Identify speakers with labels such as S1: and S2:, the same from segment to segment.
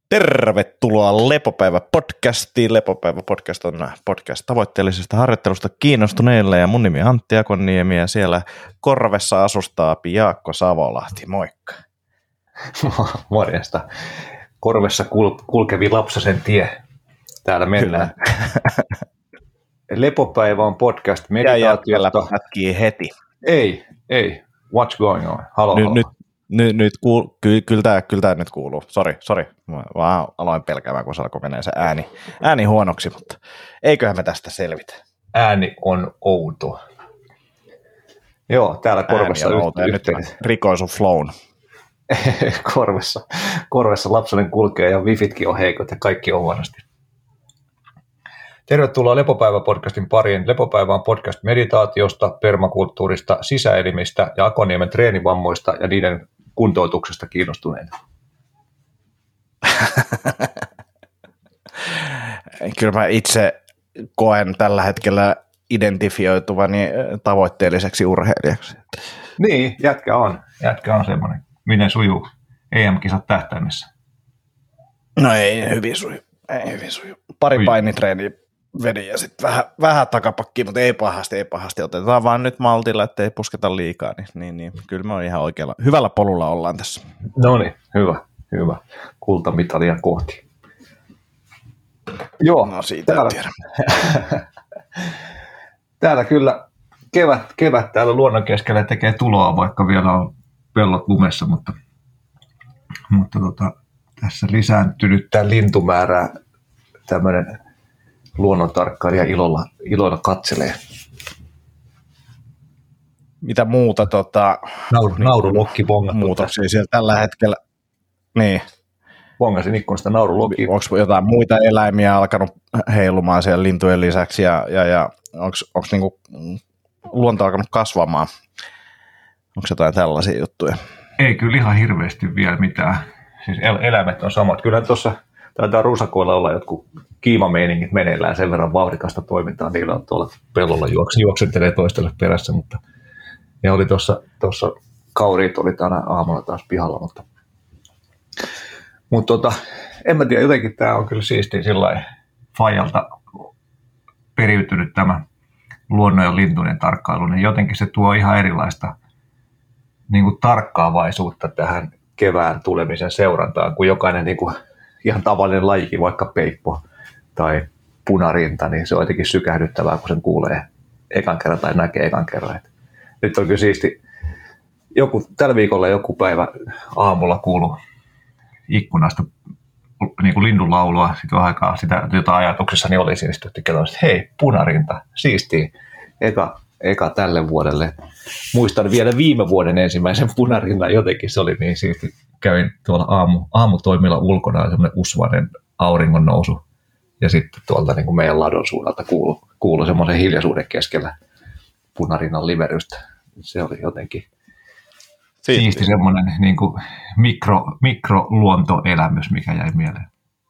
S1: Tervetuloa Lepopäivä-podcastiin. Lepopäivä-podcast on podcast tavoitteellisesta harjoittelusta kiinnostuneille ja mun nimi on Antti Akonniemi ja siellä korvessa asustaa Jaakko Savolahti. Moikka.
S2: Morjesta. Korvessa kulkevi lapsasen tie. Täällä mennään. Lepopäivä on podcast meditaatiosta.
S1: Pätkii heti.
S2: Ei. What's going on? Halo.
S1: Kyllä tämä nyt kuuluu. Sori. Mä vaan aloin pelkäämään, kun se alkoi menee se ääni huonoksi, mutta eiköhän me tästä selvitä.
S2: Ääni on outo. Joo, täällä korvessa
S1: nyt rikoin sun flown.
S2: korvessa lapsenen kulkee ja wifitkin on heikot ja kaikki on huonosti. Tervetuloa Lepopäivä-podcastin pariin. Lepopäivä on podcast meditaatiosta, permakulttuurista, sisäelimistä ja Akoniemen treenivammoista ja niiden kuntoutuksesta kiinnostuneita.
S1: Kyllä mä itse koen tällä hetkellä identifioituvani tavoitteelliseksi urheilijaksi.
S2: Niin, jätkä on semmoinen. Miten sujuu EM-kisat tähtäimessä?
S1: No ei hyvin suju. Pari painitreeniä vedin ja sitten vähän takapakkiin, mutta ei pahasti. Otetaan vaan nyt maltilla, ettei pusketa liikaa. Niin. Kyllä me on ihan oikealla. Hyvällä polulla ollaan tässä.
S2: No niin, hyvä. Kultamitalia kohti. Joo,
S1: no siitä tiedän.
S2: Täällä kyllä kevät täällä luonnon keskellä tekee tuloa, vaikka vielä on pellot lumessa, mutta tässä lisääntynyt tämä lintumäärä, tämmöinen luonnontarkkailija ilolla katselee.
S1: Mitä muuta
S2: naurulokki bongattu.
S1: Muutoksia siellä tällä hetkellä. Niin.
S2: Bongasin ikkunasta naurulokki.
S1: Onko jotain muita eläimiä alkanut heilumaan siellä lintujen lisäksi ja onko niinku luonto alkanut kasvamaan? Onko jotain tällaisia juttuja?
S2: Ei kyllä ihan hirveästi vielä mitään. Siis eläimet on samat. Kyllä tuossa taitaa rusakoilla olla jotkut kiimameiningit meneillään, sen verran vauhdikasta toimintaa. Niillä on tuolla pellolla juoksentelee toistelle perässä, mutta ne oli tuossa kauriit oli tänä aamulla taas pihalla, mutta en mä tiedä, jotenkin tämä on kyllä siistiä sillain faijalta periytynyt tämä luonnon ja lintujen tarkkailu, niin jotenkin se tuo ihan erilaista niin kuin tarkkaavaisuutta tähän kevään tulemisen seurantaan, kun jokainen niin kuin ihan tavallinen lajikin, vaikka peippo tai punarinta, niin se on jotenkin sykähdyttävää, kun sen kuulee ekan kerran tai näkee ekan kerran. Et nyt on kyllä siisti. Tällä viikolla joku päivä aamulla kuului ikkunasta niin kuin linnun laulua, sitten vähän aikaa sitä, jota ajatuksessani oli siinä, sitten että hei, punarinta, siistiä, eka tälle vuodelle. Muistan vielä viime vuoden ensimmäisen punarinnan, jotenkin se oli niin siisti. Kävin tuolla aamutoimilla ulkona, semmoinen usvainen auringon nousu, ja sitten tuolta niin kuin meidän ladon suunnalta kuului semmoisen hiljaisuuden keskellä punarinnan liverystä. Se oli jotenkin siisti semmoinen niin kuin mikroluontoelämys, mikä jäi mieleen.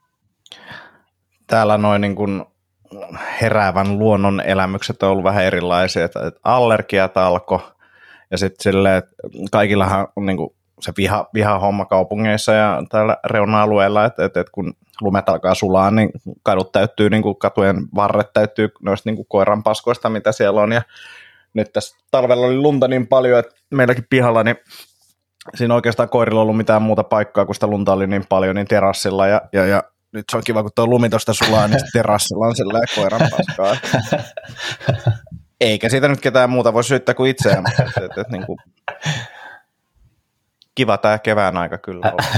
S1: Täällä noin niin kuin heräävän luonnon elämykset on ollut vähän erilaisia, että allergiat alkoi, ja sitten silleen, että kaikillahan on niin kuin se vihahomma kaupungeissa ja täällä reuna-alueilla, että kun lumet alkaa sulaa, niin kadut täyttyy, niin kuin katujen varret täyttyy noista niin kuin koiran paskoista, mitä siellä on, ja nyt tässä talvella oli lunta niin paljon, että meilläkin pihalla, niin siinä oikeastaan koirilla ollut mitään muuta paikkaa, kun sitä lunta oli niin paljon, niin terassilla, ja nyt se on kiva, kun tuo lumi tuosta sulaa, niin terassilla on sellainen koiran paskaa. Eikä siitä nyt ketään muuta voi syyttää kuin itseään, mutta niin kuin kiva tämä kevään aika kyllä on.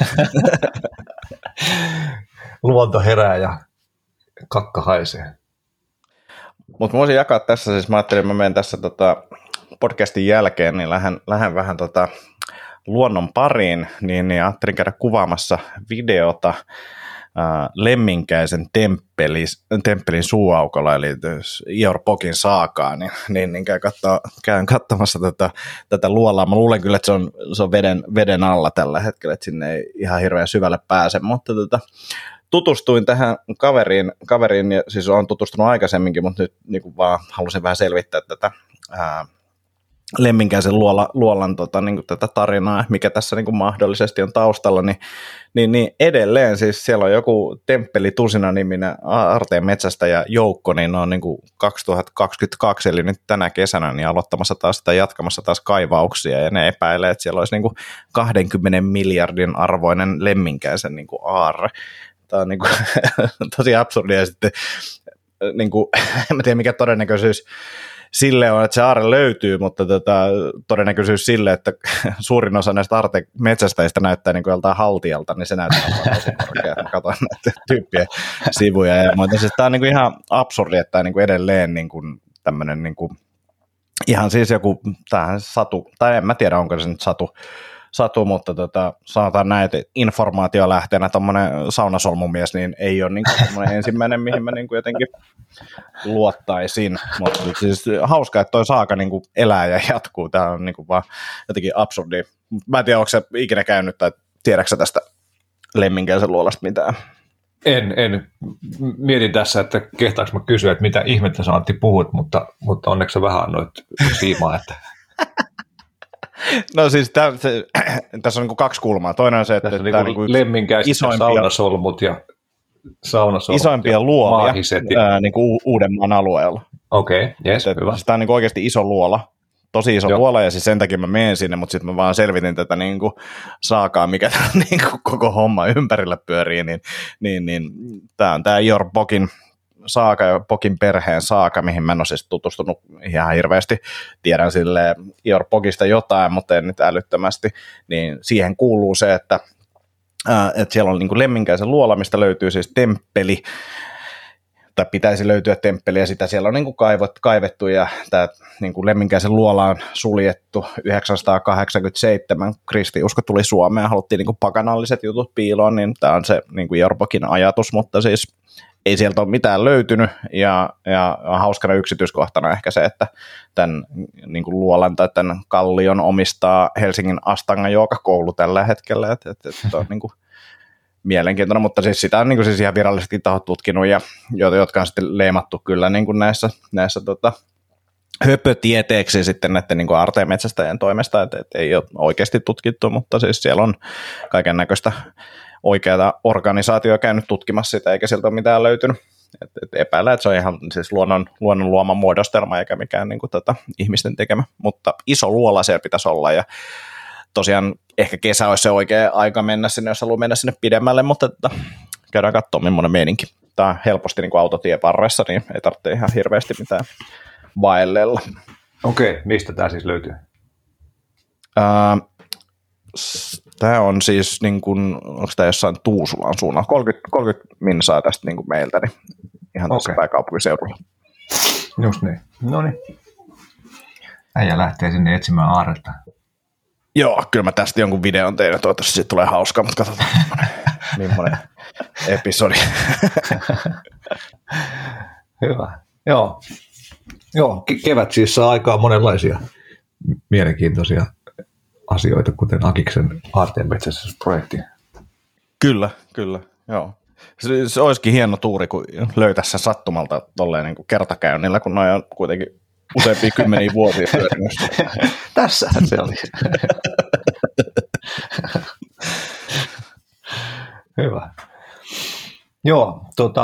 S2: Luonto herää ja kakka haisee.
S1: Mutta mä voisin jakaa tässä, siis mä ajattelin, että mä menen tässä podcastin jälkeen, niin lähden vähän luonnon pariin, niin ajattelin käydä kuvaamassa videota Lemminkäisen temppelin suuaukolla, eli Ior Bokin saakaa, niin käyn katsomassa tätä luolaa. Mä luulen kyllä, että se on veden alla tällä hetkellä, että sinne ei ihan hirveän syvälle pääse, mutta tutustuin tähän kaveriin, ja siis olen tutustunut aikaisemminkin, mutta nyt niin vaan halusin vähän selvittää tätä Lemminkäisen luolan niin kuin tätä tarinaa, mikä tässä niin kuin mahdollisesti on taustalla, niin edelleen siis siellä on joku Temppeli Tusina-niminen aarteenmetsästäjä joukko, niin ne on niin kuin 2022, eli nyt tänä kesänä, niin aloittamassa taas sitä, jatkamassa taas kaivauksia, ja ne epäilee, että siellä olisi niin kuin 20 miljardin arvoinen lemminkäisen niin kuin aarre. Tämä on niin kuin tosi absurdia, ja sitten niin kuin, en tiedä mikä todennäköisyys sille on, että se aarre löytyy, mutta todennäköisyys sille, että suurin osa näistä metsästäjistä näyttää niin kuin joltain haltijalta, niin se näyttää tosi korkea. Mä katson näitä tyyppien sivuja. Ja siis tämä on niin kuin ihan absurdi, että tämä niin kuin edelleen niin kuin tämmöinen niin kuin, ihan siis joku tämähän satu, tai en mä tiedä onko se nyt satu, mutta sanotaan näin, että informaatiolähteenä tuommoinen saunasolmumies niin ei ole niin ensimmäinen, mihin mä niin kuin jotenkin luottaisin, mutta siis hauskaa, että toi saaka niin kuin elää ja jatkuu, tämä on niin kuin vaan jotenkin absurdi. Mä en tiedä, onko se ikinä käynyt tai tiedätkö tästä lemminkäisen luolasta mitään?
S2: En. Mietin tässä, että kehtaanko mä kysyä, että mitä ihmettä sä Antti puhut, mutta onneksi sä vähän annoit siimaa, että
S1: no siis tässä on niin kuin kaksi kulmaa. Toinen on se, että
S2: tämä on niin lemminkäiset saunasolmut ja
S1: isoimpia luolia niin kuin Uudenmaan alueella.
S2: Okei, jes, hyvä.
S1: Siis tämä on niin kuin oikeasti iso luola, tosi iso luola, ja siis sen takia mä menen sinne, mutta sitten mä vaan selvitin tätä niin kuin saakaa, mikä niin kuin koko homma ympärillä pyörii, niin tämä on tämä Ior Bokin saaka ja Bokin perheen saaka, mihin mä en ole siis tutustunut ihan hirveästi. Tiedän silleen Ior Bokista jotain, mutta en nyt älyttömästi. Niin siihen kuuluu se, että siellä on niin kuin lemminkäisen luola, mistä löytyy siis temppeli, tai pitäisi löytyä temppeli, ja sitä siellä on niin kuin kaivettu, ja tämä niin kuin lemminkäisen luola on suljettu 987. Kristiusko tuli Suomeen, ja haluttiin niin kuin pakanalliset jutut piiloon, niin tämä on se niin kuin Ior Bokin ajatus, mutta siis ei sieltä ole mitään löytynyt, ja hauskana yksityiskohtana ehkä se, että tämän niin kuin luolan tai tämän kallion omistaa Helsingin Astangan joogakoulu tällä hetkellä, että on niin kuin mielenkiintoinen, mutta siis sitä on niin kuin siis ihan virallisesti tahot tutkinut, ja jotka on sitten leimattu kyllä niin kuin näissä höpötieteeksi sitten näiden niin kuin aarteenmetsästäjien toimesta, että ei ole oikeasti tutkittu, mutta siis siellä on kaiken näköistä oikeata organisaatio käynyt tutkimassa sitä, eikä sieltä ole mitään löytynyt. Epäillä, että se on ihan siis luonnon luoma muodostelma, eikä mikään niin kuin, ihmisten tekemä, mutta iso luola siellä pitäisi olla, ja tosiaan ehkä kesä olisi se oikea aika mennä sinne, jos haluaa mennä sinne pidemmälle, mutta käydään katsomaan, millainen meininki. Tämä on helposti niin kuin autotieparressa, niin ei tarvitse ihan hirveästi mitään vaellella. Okei,
S2: mistä tämä siis löytyy?
S1: Tämä on siis, niin kuin, onko tämä jossain Tuusulan suunnalla, 30 minsaa tästä niin kuin meiltä, niin ihan tässä pääkaupunkiseudulla.
S2: Just niin. No niin. Äijä lähtee sinne etsimään aarretta.
S1: Joo, kyllä mä tästä jonkun videon tein, toivottavasti siitä tulee hauskaa, mutta katsotaan, millainen episodi.
S2: Hyvä. Joo, kevät siis saa aikaan monenlaisia mielenkiintoisia asioita, kuten Akiksen aarteenmetsästysprojekti.
S1: Kyllä, joo. Se olisikin hieno tuuri, kun löytäisi sen sattumalta tolleen niin kuin kertakäynnillä, kun noin on kuitenkin useampia kymmeniä vuosia pyörinyt.
S2: Tässähän se oli. Hyvä. Joo,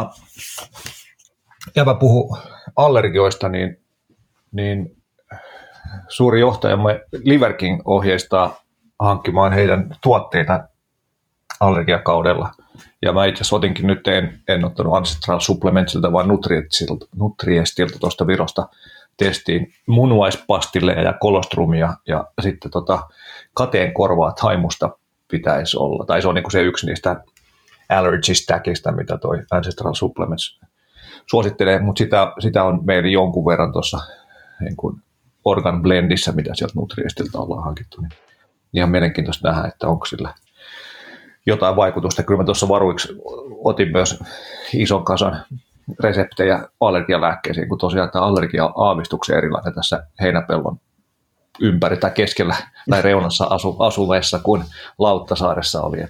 S2: ja mä puhun allergioista, niin suuri johtajamme Liver King ohjeistaa hankkimaan heidän tuotteita allergiakaudella. Ja mä itse asiassa otinkin nyt, en ottanut Ancestral Supplementsilta, vaan Nutriestilta tuosta Virosta testiin munuaispastilleja ja kolostrumia, ja sitten kateenkorvaa Thaimusta pitäisi olla. Tai se on niin kuin se yksi niistä allergy stackista, mitä toi Ancestral Supplements suosittelee, mutta sitä on meillä jonkun verran tuossa niin kuin Organ Blendissä, mitä sieltä Nutriestilta ollaan hankittu. Niin ihan mielenkiintoista nähdä, että onko sillä jotain vaikutusta. Kyllä mä tuossa varuiksi otin myös ison kasan reseptejä allergialääkkeisiin, kun tosiaan tämä allergia-aavistuksen erilainen tässä heinäpellon ympäri tai keskellä tai reunassa asuveessa kuin Lauttasaaressa oli.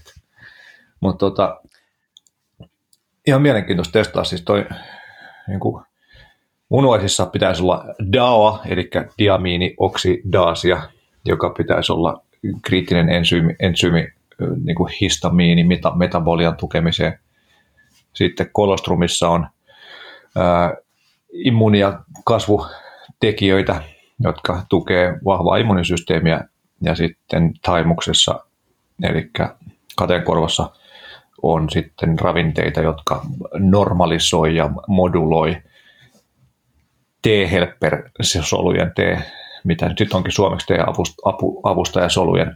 S2: Mutta ihan mielenkiintoista testaa siis toi niin kuin Munuaisissa pitäisi olla DAOa, eli diamiinioksidaasia, joka pitäisi olla kriittinen ensyymi niin kuin histamiini metabolian tukemiseen. Sitten kolostrumissa on immuuni- ja kasvutekijöitä, jotka tukee vahvaa immunisysteemiä. Ja sitten taimuksessa, eli kateenkorvassa, on sitten ravinteita, jotka normalisoi ja moduloi T-helper-solujen, mitä nyt onkin suomeksi T-avustajasolujen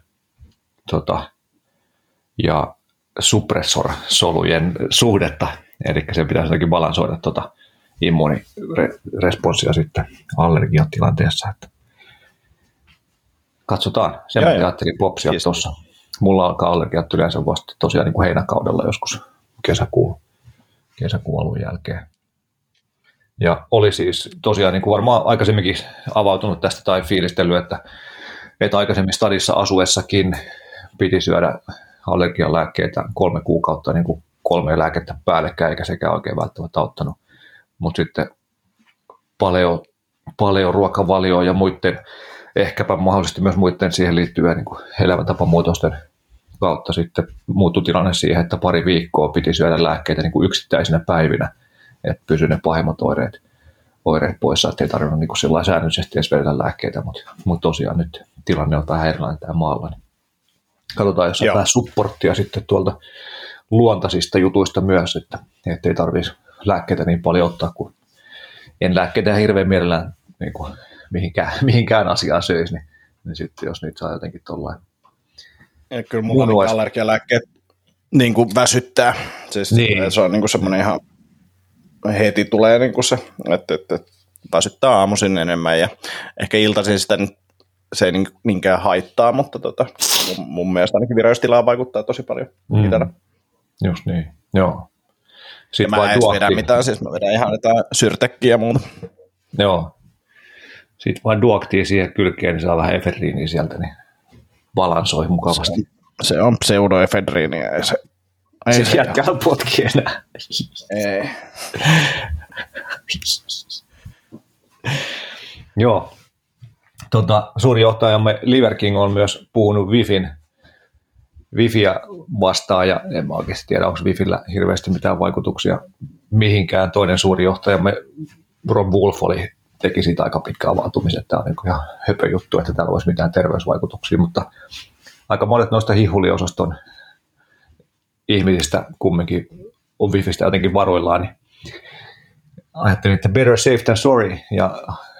S2: ja suppressor-solujen suhdetta, eli se pitäisi jotenkin balansoida immuuniresponssia sitten allergiatilanteessa. Että katsotaan, sen mä ajattelin popsia tuossa. Mulla alkaa allergiat yleensä vasta tosiaan niin kuin heinäkaudella joskus kesäkuun alun jälkeen. Ja oli siis tosiaan niin kuin varmaan aikaisemminkin avautunut tästä tai fiilistellyt, että aikaisemmin stadissa asuessakin piti syödä allergialääkkeitä 3 kuukautta niin kuin 3 lääkettä päällekkäin, eikä sekään oikein välttämättä auttanut. Mutta sitten paljon ruokavalioa ja muiden, ehkäpä mahdollisesti myös muiden siihen liittyvien niin elämäntapamuutosten kautta sitten muuttui tilanne siihen, että 2 viikkoa piti syödä lääkkeitä niin kuin yksittäisinä päivinä, että pysyi ne pahimmat oireet poissa, ettei tarvinnut niin kuin säännöllisesti edes vedellä lääkkeitä, mutta tosiaan nyt tilanne on vähän erilainen täällä maalla. Niin katsotaan, jos on vähän supporttia sitten tuolta luontaisista jutuista myös, että ei tarvitsisi lääkkeitä niin paljon ottaa, kun en lääkkeitä hirveän mielellään niin kuin mihinkään asiaan söisi, niin sitten jos niitä saa jotenkin tuollain.
S1: Ja kyllä mulla allergialääkkeet niin kuin väsyttää. Siis niin. Se on niin kuin semmoinen ihan heti tulee niin kuin se, että väsyttää aamuisin enemmän ja ehkä iltaisin sitä se ei niinkään haittaa, mutta mun mielestä ainakin vireystilaa vaikuttaa tosi paljon.
S2: Just niin, joo.
S1: Sitten mä en vedä mitään, siis mä vedän ihan jotain syrtekkiä ja muuta.
S2: Joo. Sitten vaan duaktia siihen kylkeen, niin saa vähän efedriiniä sieltä, niin balansoi mukavasti.
S1: Se on pseudoefedriiniä, ei se...
S2: Se jätkää potki enää.
S1: Ei.
S2: Joo. Suuri johtajamme Liver King on myös puhunut Wifiä vastaan, ja en mä oikeasti tiedä, onko Wifillä hirveästi mitään vaikutuksia mihinkään. Toinen suuri johtajamme Rob Wolf teki siitä aika pitkä avautumisen, että tämä on niin ihan höpö juttu, että täällä olisi mitään terveysvaikutuksia, mutta aika monet noista hihuliosaston ihmisistä kumminkin on Wifistä jotenkin varoillaan, niin ajattelin, että better safe than sorry, ja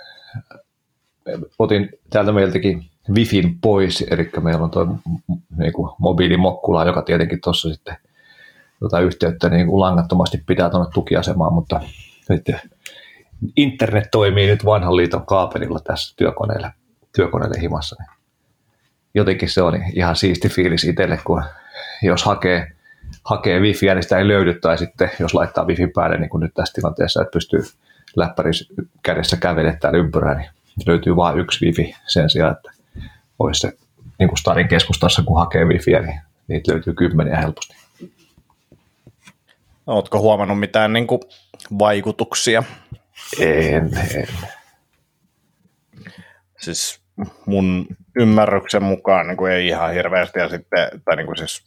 S2: otin täältä meiltäkin Wifin pois, eli meillä on tuo niin mobiilimokkula, joka tietenkin tuossa sitten yhteyttä niin kuin langattomasti pitää tuonne tukiasemaan, mutta sitten internet toimii nyt vanhan liiton kaapelilla tässä työkoneelle himassa. Niin jotenkin se on ihan siisti fiilis itselle, kun jos hakee wifiä, niin sitä ei löydy, tai sitten jos laittaa wifin päälle, niin kuin nyt tässä tilanteessa, että pystyy läppärin kädessä kävelemään täällä ympyrää, niin löytyy vain yksi wifi sen sijaan, että olisi se niin kuin Stadin keskustassa, kun hakee wifiä, niin niitä löytyy 10 helposti.
S1: Oletko huomannut mitään niin kuin vaikutuksia?
S2: En.
S1: Siis mun ymmärryksen mukaan niin kuin ei ihan hirveästi ja sitten, tai niin kuin siis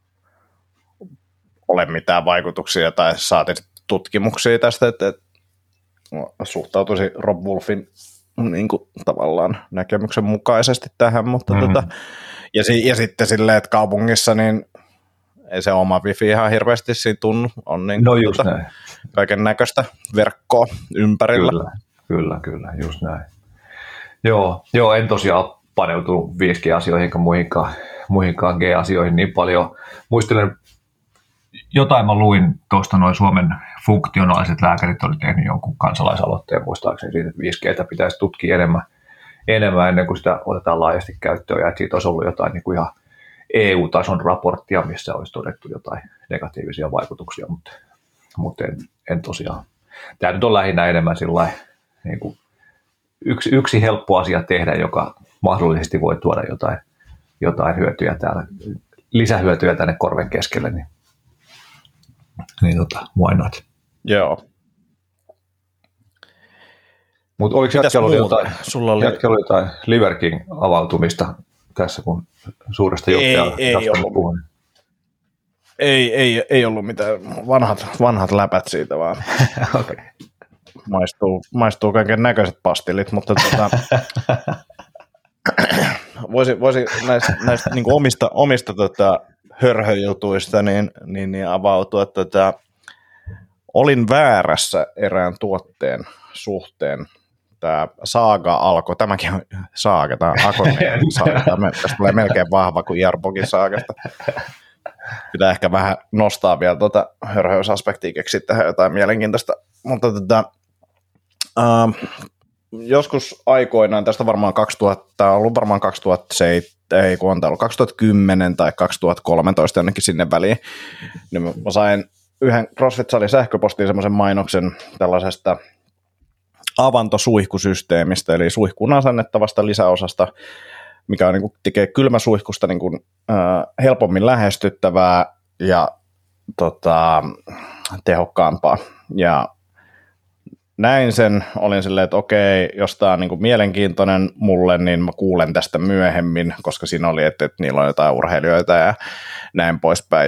S1: ole mitään vaikutuksia tai saatiin tutkimuksia tästä, että suhtautuisi Rob Wolfin niin kuin tavallaan näkemyksen mukaisesti tähän, mutta ja sitten silleen, että kaupungissa niin ei se oma wifi ihan hirveästi siinä tunnu, on niin kaiken näköistä verkkoa ympärillä.
S2: Kyllä, just näin. Joo, en tosiaan paneutunut 5G-asioihin eikä muihinkaan G-asioihin niin paljon. Muistelen, jotain mä luin tuosta, noin Suomen funktionaaliset lääkärit oli tehnyt jonkun kansalaisaloitteen muistaakseni siitä, että 5G:tä pitäisi tutkia enemmän ennen kuin sitä otetaan laajasti käyttöön, ja että siitä olisi ollut jotain niin kuin ihan EU-tason raporttia, missä olisi todettu jotain negatiivisia vaikutuksia, mutta en tosiaan. Tämä nyt on lähinnä enemmän niin kuin yksi helppo asia tehdä, joka mahdollisesti voi tuoda jotain hyötyjä täällä, lisähyötyjä tänne korven keskelle, niin why not?
S1: Joo.
S2: Mutta oliko
S1: Sulla oli
S2: jotain Liver King avautumista tässä, kun suuresta johtajasta puhun?
S1: Ei ollut mitään vanhat läpät siitä, vaan
S2: Okay.
S1: maistuu kaiken näköiset pastillit, mutta voisi näistä niin kuin omista hörhöjutuista niin avautua, että olin väärässä erään tuotteen suhteen. Tämä saaga alkoi, tämäkin on saaga, tämä Akonin saaga, tästä tulee melkein vahva kuin Jarbokin saagasta. Pitää ehkä vähän nostaa vielä hörhöysaspektia, keksiä tähän jotain mielenkiintoista, mutta joskus aikoinaan, tästä varmaan 2010 tai 2013 jonnekin sinne väliin, niin mä sain yhden CrossFit-salin sähköpostiin semmoisen mainoksen tällaisesta avantosuihkusysteemistä, eli suihkuun asennettavasta lisäosasta, mikä on, niin kuin, tekee kylmäsuihkusta niin kuin, helpommin lähestyttävää ja tehokkaampaa. Ja näin sen, olin silleen, että okei, jos tämä on niin kuin mielenkiintoinen mulle, niin mä kuulen tästä myöhemmin, koska siinä oli, että niillä on jotain urheilijoita ja näin poispäin.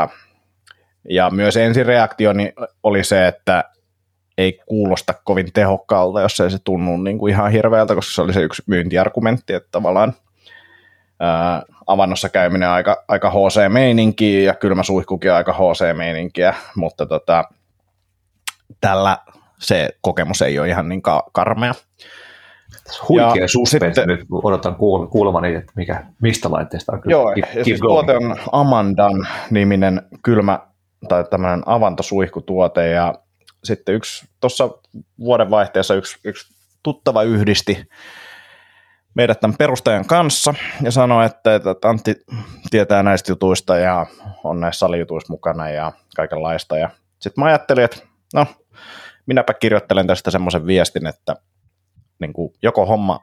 S1: Ja myös ensireaktioni oli se, että ei kuulosta kovin tehokkaalta, jos ei se tunnu niin kuin ihan hirveältä, koska se oli se yksi myyntiargumentti, että tavallaan avannossa käyminen aika HC-meininkiä ja kylmä suihkukin aika HC-meininkiä, mutta tällä se kokemus ei ole ihan niin karmea.
S2: Huikea suspenssi nyt, odotan kuulemani, että mistä laitteesta on.
S1: Joo, ja siis tuote on Amandan niminen kylmä tai tämmöinen avantosuihkutuote, ja sitten tuossa vuodenvaihteessa yksi tuttava yhdisti meidät tämän perustajan kanssa ja sanoi, että Antti tietää näistä jutuista ja on näissä salijutuissa mukana ja kaikenlaista. Ja sitten mä ajattelin, että no, minäpä kirjoittelen tästä semmoisen viestin, että niin kuin joko homma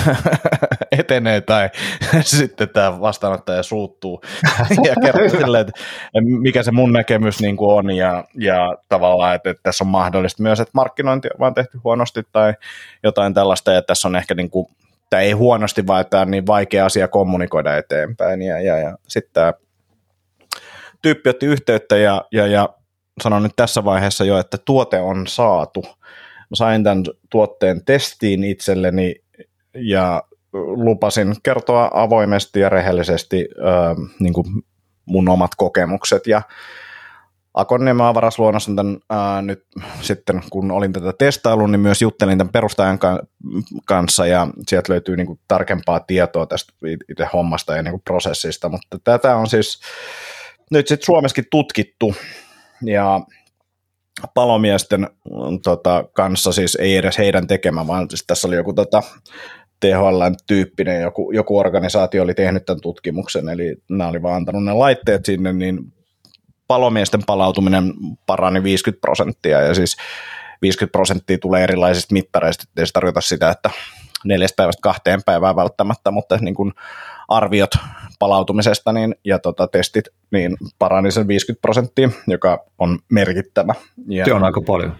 S1: etenee tai sitten tämä vastaanottaja suuttuu ja kertoo silleen, että mikä se mun näkemys niin kuin on ja tavallaan, että tässä on mahdollista myös, että markkinointi on vaan tehty huonosti tai jotain tällaista ja tässä on ehkä niin kuin, tämä ei huonosti, vaan tämä on niin vaikea asia kommunikoida eteenpäin ja sitten tämä tyyppi otti yhteyttä ja sanon nyt tässä vaiheessa jo, että tuote on saatu. Mä sain tämän tuotteen testiin itselleni ja lupasin kertoa avoimesti ja rehellisesti niin kuin mun omat kokemukset. Ja Akonniemen avarasluonnos on tämän, nyt sitten, kun olin tätä testailun, niin myös juttelin tämän perustajan kanssa ja sieltä löytyy niin kuin tarkempaa tietoa tästä itse hommasta ja niin kuin prosessista. Mutta tätä on siis nyt sitten Suomessakin tutkittu ja palomiesten kanssa, siis ei edes heidän tekemä, vaan siis tässä oli joku THL-tyyppinen, joku organisaatio oli tehnyt tämän tutkimuksen, eli nämä oli vaan antanut ne laitteet sinne, niin palomiesten palautuminen parani 50%, ja siis 50% tulee erilaisista mittareista, ei se tarkoita sitä, että 4 päivästä 2 päivään välttämättä, mutta niin kuin arviot palautumisesta ja testit niin parani sen 50%, joka on merkittävä. Ja
S2: se on aika paljon.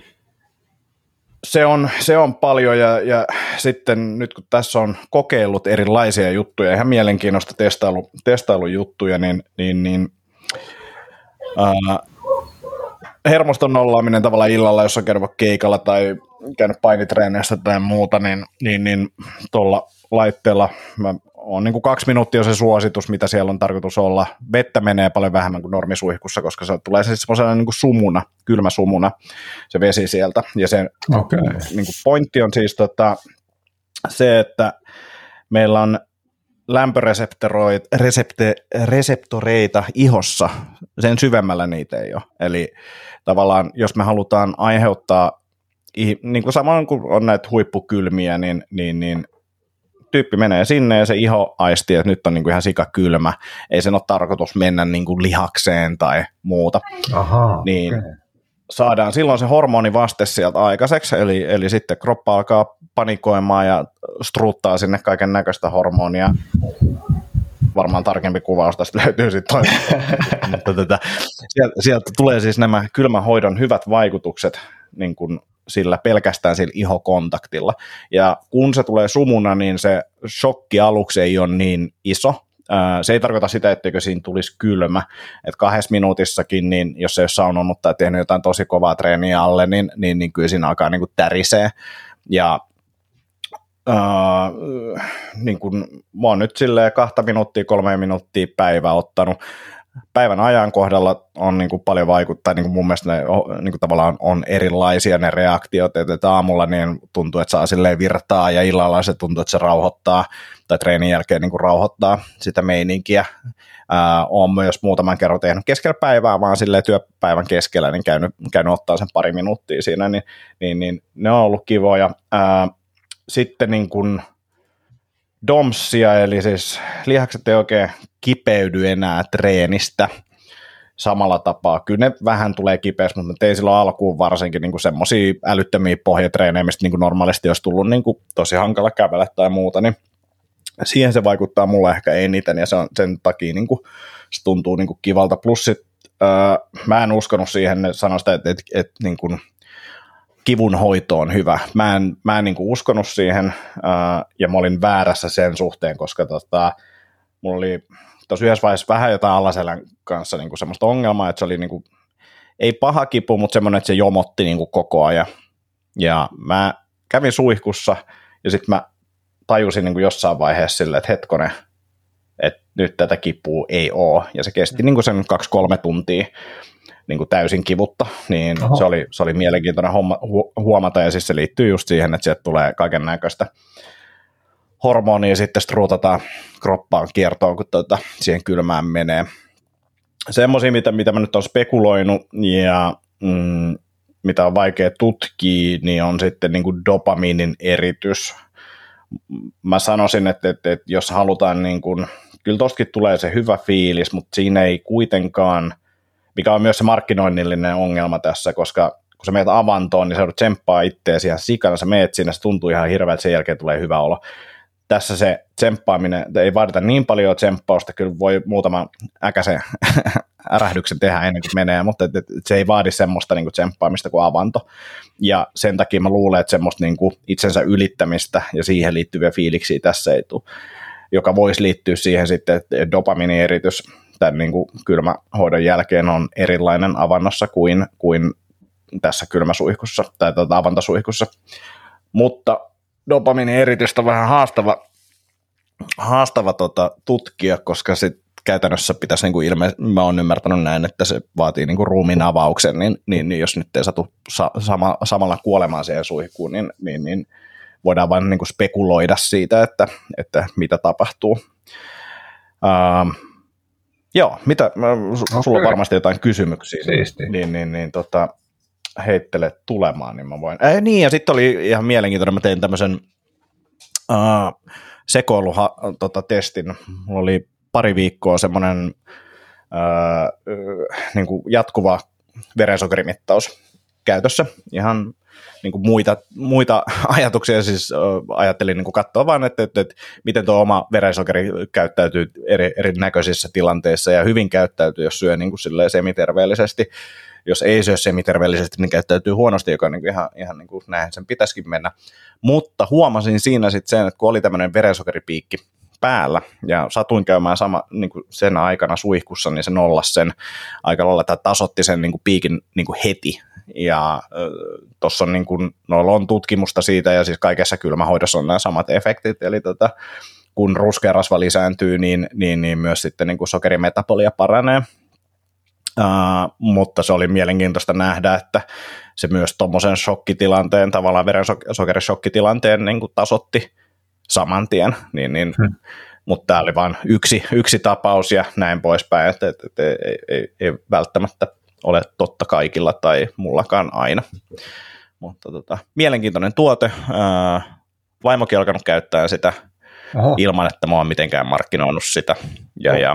S1: Se on paljon ja sitten nyt kun tässä on kokeillut erilaisia juttuja, ihan mielenkiintoista testailujuttuja, niin hermoston nollaaminen tavallaan illalla, jos on käynyt keikalla tai käynyt painitreeneissä tai muuta, niin tuolla laitteella on niin kuin 2 minuuttia se suositus, mitä siellä on tarkoitus olla. Vettä menee paljon vähemmän kuin normisuihkussa, koska se tulee siis semmoisena niin kuin sumuna, kylmä sumuna, se vesi sieltä. Ja se niin kuin pointti on siis se, että meillä on lämpöreseptoreita ihossa, sen syvemmällä niitä ei ole. Eli tavallaan, jos me halutaan aiheuttaa, niin kuin samoin kuin on näitä huippukylmiä, niin tyyppi menee sinne ja se iho aistii, että nyt on niin kuin ihan sikakylmä. Ei sen ole tarkoitus mennä niin kuin lihakseen tai muuta.
S2: Aha,
S1: niin saadaan silloin se hormonivaste sieltä aikaiseksi, eli sitten kroppa alkaa panikoimaan ja struuttaa sinne kaiken näköistä hormonia. Varmaan tarkempi kuvaus tästä löytyy sitten mutta sieltä tulee siis nämä kylmähoidon hyvät vaikutukset niin kuin sillä pelkästään sillä ihokontaktilla. Ja kun se tulee sumuna, niin se shokki aluksi ei ole niin iso. Se ei tarkoita sitä, etteikö siinä tulisi kylmä. Et 2 minuutissakin, niin jos ei ole saunonut tai tehnyt jotain tosi kovaa treeniä alle, niin kyllä siinä alkaa niin kuin tärisee. Ja niin kuin, mä oon nyt silleen 2 minuuttia, 3 minuuttia päivää ottanut. Päivän ajan kohdalla on niin kuin paljon vaikuttaa, niin kuin mun mielestä ne niin kuin tavallaan on erilaisia ne reaktiot, että aamulla niin tuntuu, että saa silleen virtaa ja illalla se tuntuu, että se rauhoittaa tai treenin jälkeen niin kuin rauhoittaa sitä meininkiä. Olen myös muutaman kerran tehnyt keskellä päivää, vaan silleen työpäivän keskellä, niin käynyt ottaa sen 2 minuuttia siinä, niin ne on ollut kivoja. Sitten niin kuin DOMSia, eli siis lihakset ei oikein kipeydy enää treenistä samalla tapaa. Kyllä ne vähän tulee kipeäksi, mutta tein silloin alkuun varsinkin niin semmoisia älyttömiä pohjatreenejä, mistä niin normaalisti olisi tullut niin kuin tosi hankala kävellä tai muuta, niin siihen se vaikuttaa mulle ehkä eniten, ja se on sen takia niin kuin, se tuntuu niin kuin kivalta. Plus sit, mä en uskonut siihen, ne sanoi sitä, että niin kuin kivun hoito on hyvä. Mä en niin kuin uskonut siihen, ja mä olin väärässä sen suhteen, koska mulla oli tuossa yhdessä vaiheessa vähän jotain alaselän kanssa niin kuin semmoista ongelmaa, että se oli niin kuin, ei paha kipu, mutta semmoinen, että se jomotti niin kuin koko ajan. Ja mä kävin suihkussa, ja sitten mä tajusin niin kuin jossain vaiheessa silleen, että hetkonen, että nyt tätä kipua ei ole. Ja se kesti niin kuin sen 2-3 tuntia niin kuin täysin kivutta, niin se oli mielenkiintoinen homma huomata, ja siis se liittyy just siihen, että sieltä tulee kaiken näköistä hormonia sitten struutataan kroppaan kiertoon, kun siihen kylmään menee. Semmoisia, mitä mä nyt olen spekuloinut ja mitä on vaikea tutkia, niin on sitten niin kuin dopamiinin eritys. Mä sanoisin, että jos halutaan, niin kuin, kyllä tostakin tulee se hyvä fiilis, mutta siinä ei kuitenkaan, mikä on myös se markkinoinnillinen ongelma tässä, koska kun sä meet avantoon, niin sä joudut tsemppaa itteesi ihan sikana, sä meet siinä, se tuntuu ihan hirveältä, sen jälkeen tulee hyvä olo. Tässä se tsemppaaminen, ei vaadita niin paljon tsemppausta, kyllä voi muutama äkäisen ärähdyksen tehdä ennen kuin menee, mutta se ei vaadi semmoista niin kuin tsemppaamista kuin avanto. Ja sen takia mä luulen, että semmoista niin kuin itsensä ylittämistä ja siihen liittyviä fiiliksiä tässä ei tule, joka voisi liittyä siihen sitten, että dopamiinieritys tämän niin kuin kylmähoidon jälkeen on erilainen avannossa kuin tässä kylmäsuihkussa tai avantosuihkussa. Mutta dopamiinieritystä on vähän haastava tutkia, koska sit käytännössä pitäisi, niin kuin mä oon ymmärtänyt näin, että se vaatii niin kuin ruumiin avauksen, niin jos nyt ei satu samalla kuolemaan siihen suihkuun, niin voidaan vain niin kuin spekuloida siitä, että mitä tapahtuu. Joo, sulla on varmasti jotain kysymyksiä, niin heittele tulemaan, niin mä voin. Niin, ja sitten oli ihan mielenkiintoinen, mä tein tämmöisen sekoilutestin. Mulla oli 2 viikkoa semmoinen niin kuin jatkuva verensokerimittaus käytössä. Ihan niin kuin muita ajatuksia, siis ajattelin niin kuin katsoa vaan, että miten tuo oma verensokeri käyttäytyy erinäköisissä tilanteissa, ja hyvin käyttäytyy, jos syö niin kuin silleen semiterveellisesti. Jos ei syö semiterveellisesti, niin käyttäytyy huonosti, joka on niin kuin ihan niin kuin näin sen pitäisikin mennä. Mutta huomasin siinä sitten sen, että kun oli tämmöinen verensokeripiikki päällä, ja satuin käymään niin kuin sen aikana suihkussa, niin se nollasi sen aika lailla, tai tasoitti sen niin kuin piikin niin kuin heti. Ja tuossa on, niin kuin, on tutkimusta siitä, ja siis kaikessa kylmähoidossa on nämä samat efektit, eli kun ruskearasva lisääntyy, niin myös sitten niin kuin sokerimetabolia paranee. Mutta se oli mielenkiintoista nähdä, että se myös tuommoisen shokkitilanteen, tavallaan verensokerishokkitilanteen niin kuin tasoitti saman tien, mutta tämä oli vain yksi tapaus ja näin poispäin, että ei välttämättä ole totta kaikilla tai mullakaan aina. Mutta mielenkiintoinen tuote, vaimokin on alkanut käyttää sitä ilman, että mä oon mitenkään markkinoinut sitä ja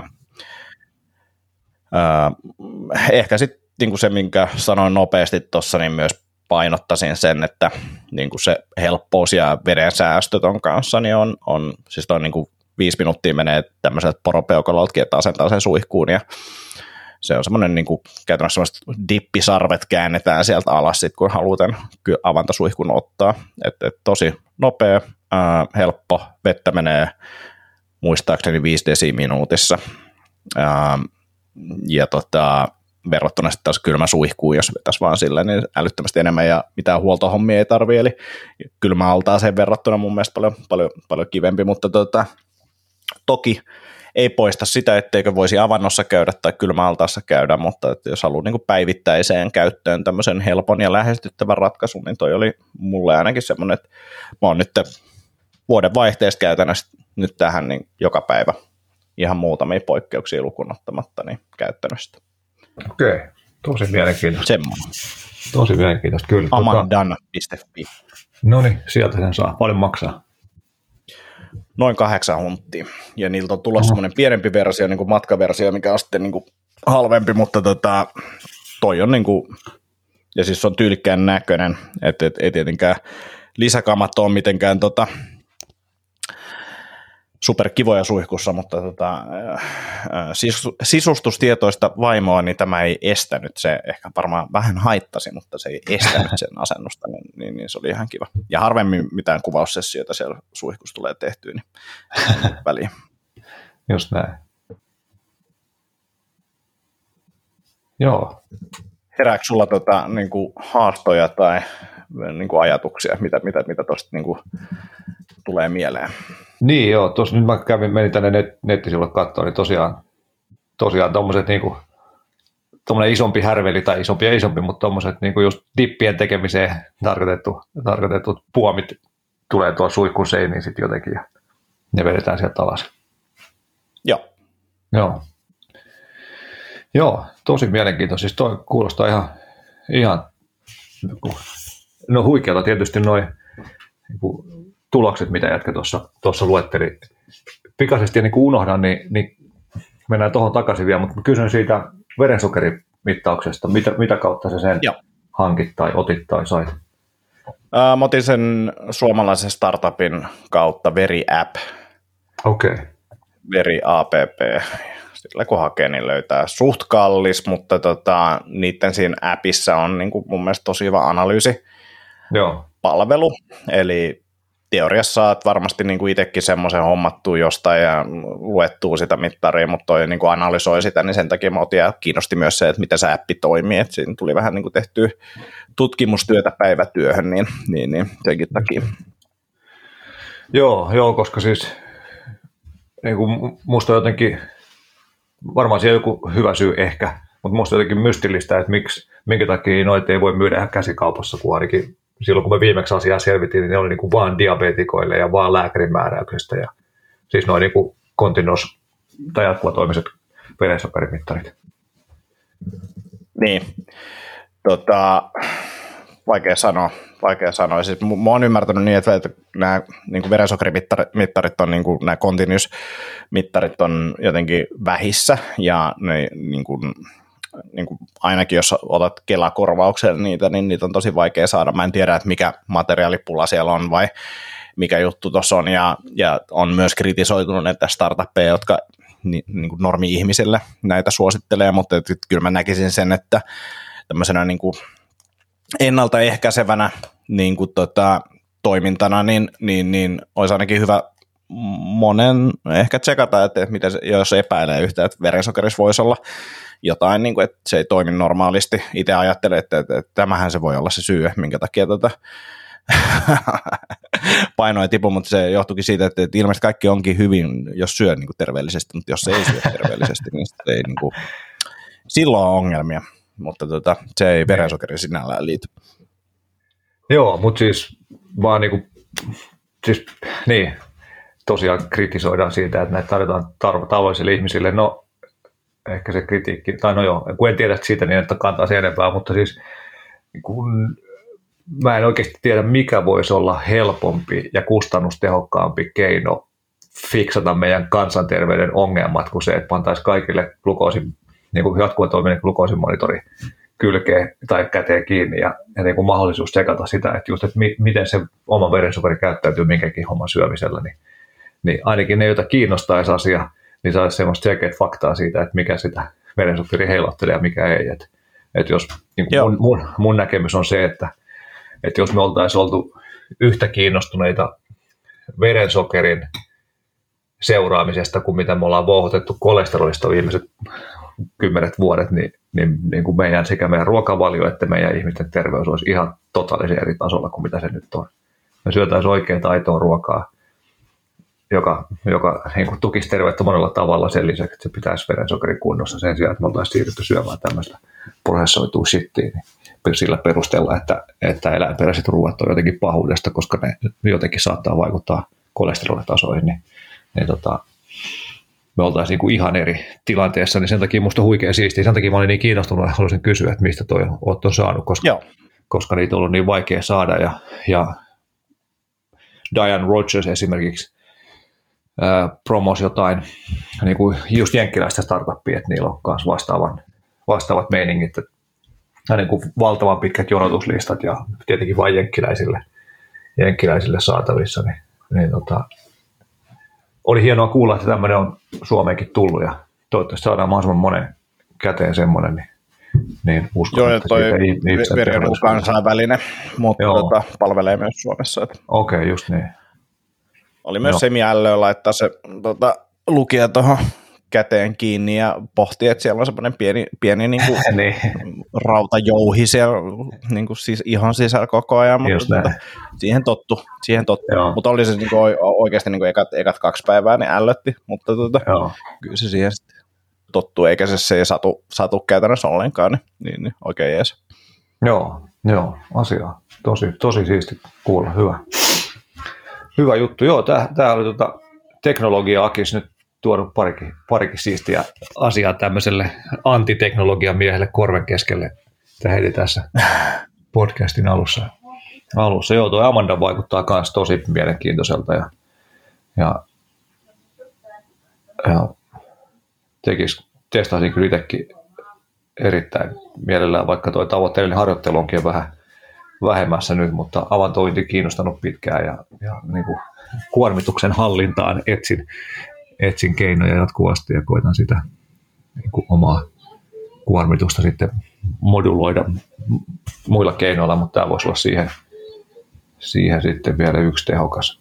S1: ehkä sitten niin se, minkä sanoin nopeasti tuossa, niin myös painottaisin sen, että niin se helppous ja veden säästö ton kanssa, niin on siis toi niin 5 minuuttia menee tämmöiseltä poropeukaloltakin, että asentaa sen suihkuun ja se on semmoinen niin kuin, käytännössä semmoiset dippisarvet käännetään sieltä alas, sit, kun halutaan avantasuihkun ottaa. Et tosi nopea, helppo, vettä menee muistaakseni 5 desiminuutissa. Ja verrattuna sitten taas kylmä suihkuun, jos vetäisi vaan sillä, niin älyttömästi enemmän ja mitään huoltohommia ei tarvitse, eli kylmä altaaseen verrattuna mun mielestä paljon kivempi, mutta toki ei poista sitä, etteikö voisi avannossa käydä tai kylmäaltaassa käydä, mutta että jos haluaa niin päivittäiseen käyttöön tämmöisen helpon ja lähestyttävän ratkaisun, niin toi oli mulle ainakin semmoinen, että mä oon nyt vuoden vaihteesta käytännössä nyt tähän niin joka päivä ihan muutamia poikkeuksia lukuun ottamatta niin käyttänyt sitä.
S2: Okei, tosi mielenkiintoista.
S1: Semmoinen.
S2: Tosi mielenkiintoista, kyllä.
S1: Amandan.fi.
S2: No niin, sieltä sen saa. Paljon maksaa?
S1: Noin 8 hunttia. Ja niiltä on tulossa semmoinen pienempi versio, niin kuin matkaversio, mikä on sitten niin kuin halvempi, mutta toi on niin kuin, ja siis on tyylikkään näköinen, että ei tietenkään lisäkamat ole mitenkään superkivoja suihkussa, mutta sisustustietoista vaimoa, niin tämä ei estänyt, se ehkä varmaan vähän haittasi, mutta se ei estänyt sen asennusta, niin se oli ihan kiva. Ja harvemmin mitään kuvaussessioita siellä suihkussa tulee tehtyä, niin väliin.
S2: Just näin. Joo.
S1: Herääkö sulla niin kuin haastoja tai niin kuin ajatuksia, mitä tuosta niin kuin tulee mieleen?
S2: Niin joo, tuossa nyt mä menin tänne nettisivulle katsoa, niin tosiaan tommoset niinku, tommonen isompi härveli tai isompi, mutta tommoset niinku just dippien tekemiseen tarkoitetut puomit tulee tuolla suihkun seiniin sitten jotenkin ja ne vedetään sieltä alas. Joo, tosi mielenkiintoista. Siis toi kuulostaa ihan no huikealta tietysti noin niinku tulokset, mitä jätkä tuossa luetteli. Pikaisesti niin kuin unohdan, niin mennään tuohon takaisin vielä, mutta kysyn siitä verensokerimittauksesta. Mitä kautta sä sen hankit tai otit tai sait?
S1: Mä otin sen suomalaisen startupin kautta Veri App.
S2: Okei.
S1: Veri App. Sillä kun hakee, niin löytää suht kallis, mutta niiden siinä appissa on niin kuin mun mielestä tosi hyvä analyysipalvelu. Eli teoriassa saat varmasti niin kuin itsekin semmoisen hommattua jostain ja luettua sitä mittaria, mutta toi niin kuin analysoi sitä, niin sen takia mä otin ja kiinnosti myös se, että miten se appi toimii, että siinä tuli vähän niin kuin tehtyä tutkimustyötä päivätyöhön, niin senkin takia.
S2: Joo, koska siis niin kuin musta jotenkin, varmaan siellä joku hyvä syy ehkä, mutta musta jotenkin mystillistä, että minkä takia noita ei voi myydä ihan käsikaupassa, kun ainakin silloin kun me viimeksi asiaa selvitin, niin ne oli niin kuin vaan diabetikoille ja vaan lääkärin määräyksestä. Ja siis noin niin kuin kontinuos- tai jatkuvatoimiset verensokerimittarit.
S1: Niin, vaikea sanoa. Siis mä oon ymmärtänyt niin, että nämä niin kuin verensokerimittarit on, niin kuin, nämä continuous-mittarit on jotenkin vähissä ja ne niin kuin ainakin jos otat Kela-korvauksella niitä, niin niitä on tosi vaikea saada. Mä en tiedä, että mikä materiaalipula siellä on vai mikä juttu tuossa on, ja on myös kritisoitunut näitä startuppeja, jotka niin kuin normi-ihmisille näitä suosittelee, mutta kyllä mä näkisin sen, että tämmöisenä niin kuin ennaltaehkäisevänä niin kuin toimintana, niin olisi ainakin hyvä monen ehkä tsekata, että miten se, jos epäilee yhtä, että verensokerissa voisi olla jotain, niin kuin, että se ei toimi normaalisti. Itse ajattelen, että tämähän se voi olla se syy, minkä takia paino ei tipu, mutta se johtuikin siitä, että ilmeisesti kaikki onkin hyvin, jos syö niin kuin terveellisesti, mutta jos se ei syö terveellisesti, niin ei, niin kuin, silloin on ongelmia, mutta se ei verensokeri sinällään liity.
S2: Joo, mutta siis vaan niin, tosiaan kritisoidaan siitä, että näitä tarjotaan tavallisille ihmisille. No, ehkä se kritiikki, tai no joo, kun en tiedä siitä niin, että kantaa se enempää, mutta siis kun mä en oikeasti tiedä, mikä voisi olla helpompi ja kustannustehokkaampi keino fiksata meidän kansanterveyden ongelmat kuin se, että pantaisiin kaikille niin kuin jatkuvan toiminnan glukosimonitori kylkeen tai käteen kiinni ja niin kuin mahdollisuus sekata sitä, että just, että miten se oma verensokeri käyttäytyy minkäkin homman syömisellä, niin ainakin ne, joita kiinnostaisi asia, niin saisi semmoista selkeät faktaa siitä, että verensokeri heilottelee ja mikä ei. Et jos, niin mun näkemys on se, että jos me oltaisiin oltu yhtä kiinnostuneita verensokerin seuraamisesta kuin mitä me ollaan vouhotettu kolesterolista viimeiset 10 vuodet, niin kuin sekä meidän ruokavalio että meidän ihmisten terveys olisi ihan totaalisen eri tasolla kuin mitä se nyt on. Me syötäisiin oikein aitoa ruokaa, joka niin kuin tukisi terveyttä monella tavalla sen lisäksi, että se pitäisi verensokerin kunnossa sen sijaan, että me oltaisiin siirrytty syömään tämmöistä prosessoitua shittiä, niin sillä perusteella, että eläinperäiset ruuat on jotenkin pahuudesta, koska ne jotenkin saattaa vaikuttaa kolesterolitasoihin, niin me oltaisiin niin kuin ihan eri tilanteessa, niin sen takia musta on huikea siistiä. Sen takia mä olin niin kiinnostunut ja haluaisin kysyä, että mistä toi oot on saanut, koska niitä on ollut niin vaikea saada. Ja Diane Rogers esimerkiksi promosi jotain niin kuin just jenkkiläistä startuppia, että niillä on myös vastaavat meiningit, että niin kuin valtavan pitkät jonotuslistat ja tietenkin vain jenkkiläisille saatavissa, niin oli hienoa kuulla, että tämmöinen on Suomeenkin tullut ja toivottavasti saadaan mahdollisimman monen käteen semmoinen, niin uskon,
S1: joo,
S2: että
S1: siitä veri on kansainvälinen, mutta palvelee myös Suomessa.
S2: Okei, just niin.
S1: Oli myös semi-ällöä laittaa se lukija tuohon käteen kiinni ja pohti, että siellä on semmoinen pieni niin kuin
S2: niin.
S1: rautajouhi siellä niin kuin siis ihan sisällä koko ajan, mutta siihen tottu. Mutta oli se niin kuin oikeasti niin kuin ekat 2 päivää niin ällötti, mutta kyllä se siihen sitten tottuu, eikä se ei satu käytännössä ollenkaan, niin oikein jees.
S2: Joo, asia. Tosi siisti kuulla, hyvä juttu. Joo, tää oli teknologia-akis nyt tuonut parikin siistiä asiaa tämmöiselle antiteknologian miehelle korven keskelle heti tässä podcastin alussa. Joo, tuo Amanda vaikuttaa myös tosi mielenkiintoiselta ja testaisin kyllä itsekin erittäin mielellään, vaikka tuo tavoitteellinen harjoittelu onkin vähän vähemmässä nyt, mutta avantointi kiinnostanut pitkään ja niin kuin kuormituksen hallintaan etsin keinoja jatkuvasti ja koitan sitä niin kuin omaa kuormitusta sitten moduloida muilla keinoilla, mutta tämä voisi olla siihen sitten vielä yksi tehokas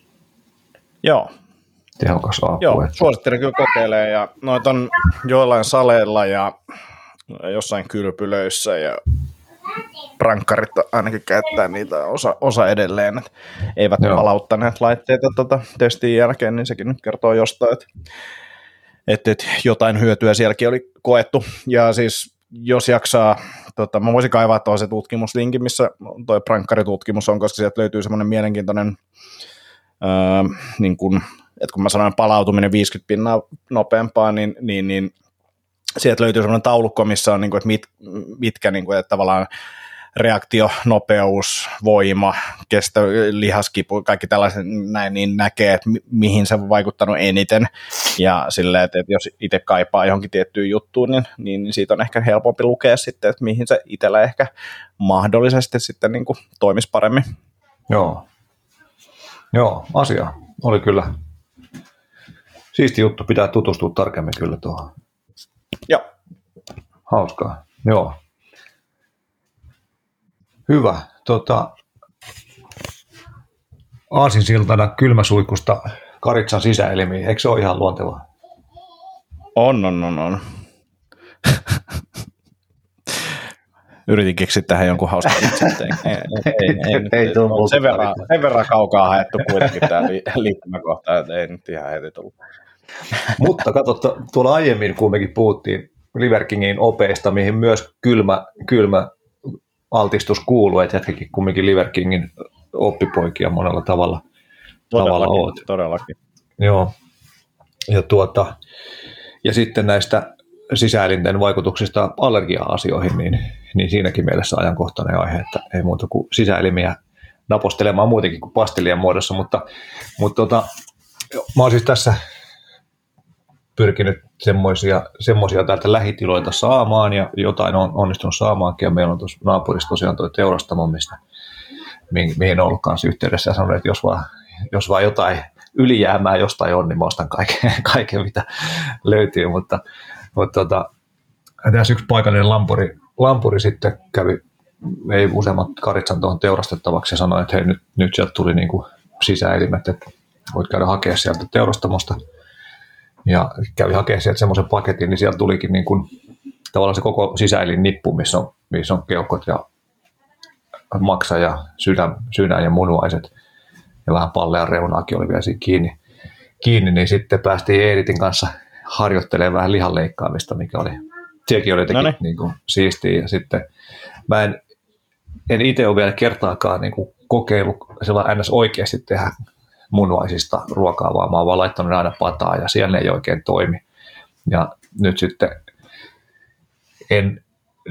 S2: apu.
S1: Joo, suosittelen kyllä kokeilemaan ja noita on joillain saleilla ja jossain kylpylöissä ja prankkarit ainakin käyttää niitä osa edelleen, että eivät palauttaneet laitteita testin jälkeen, niin sekin nyt kertoo jostain, että jotain hyötyä sielläkin oli koettu. Ja siis jos jaksaa, mä voisin kaivaa tuohon se tutkimuslinkin, missä toi prankkaritutkimus on, koska sieltä löytyy semmoinen mielenkiintoinen, niin kun, että kun mä sanoin palautuminen 50% nopeampaa, niin sieltä löytyy semmoinen taulukko, missä on, että mitkä että tavallaan reaktio, nopeus, voima, lihaskipu, kaikki tällaiset näin, niin näkee, että mihin se on vaikuttanut eniten. Ja silleen, että jos itse kaipaa johonkin tiettyyn juttuun, niin siitä on ehkä helpompi lukea sitten, että mihin se itsellä ehkä mahdollisesti sitten niin kuin toimisi paremmin.
S2: Joo, asia oli kyllä siisti juttu, pitää tutustua tarkemmin kyllä tuohon.
S1: Joo.
S2: Hauskaa, joo. Hyvä. Aasinsiltana kylmäsuikusta karitsan sisäelimiin, eikö se ole ihan luontevaa?
S1: On. Yritin keksiä tähän jonkun hauskan itse. Ei tullut. Sen verran kaukaa haettu kuitenkin tämä liittymäkohta, että ei nyt ihan heti tullut.
S2: Mutta katso, tuolla aiemmin kumminkin puhuttiin Liver Kingin opeista, mihin myös kylmä altistus kuuluu, että jätkäkin kumminkin Liver Kingin oppipoikia monella tavalla oot.
S1: Todellakin.
S2: Joo. Ja sitten näistä sisäelinten vaikutuksista allergia-asioihin, niin siinäkin mielessä ajankohtainen aihe, että ei muuta kuin sisäelimiä napostelemaan muutenkin kuin pastelien muodossa, mutta mä oon siis tässä pyrkinyt semmoisia täältä lähitiloilta saamaan ja jotain on onnistunut saamaankin ja meillä on tuossa naapurissa tosiaan tuo teurastamo, mihin on ollut kanssa yhteydessä ja sanonut, että jos vaan jotain ylijäämää jostain on, niin mä ostan kaiken mitä löytyy, mutta tässä yksi paikallinen lampuri sitten vei useammat karitsan tuohon teurastettavaksi ja sanoi, että hei, nyt sieltä tuli niin kuin sisäelimet, että voit käydä hakea sieltä teurastamosta. Ja kävi hakemaan sieltä semmoisen paketin, niin sieltä tulikin niin kuin, tavallaan se koko sisäelin nippu, missä on keuhkot ja maksa ja sydän ja munuaiset. Ja vähän pallean reunaakin oli vielä siinä kiinni, niin sitten päästiin Eeritin kanssa harjoittelemaan vähän lihan leikkaamista, mikä oli, sekin oli jotenkin niin kuin siistiä. Ja sitten mä en itse ole vielä kertaakaan niin kuin kokeillut sellainen ns. Oikeasti tehdä munuaisista ruokaa, vaan mä oon vaan laittanut aina pataa ja siellä ei oikein toimi. Ja nyt sitten en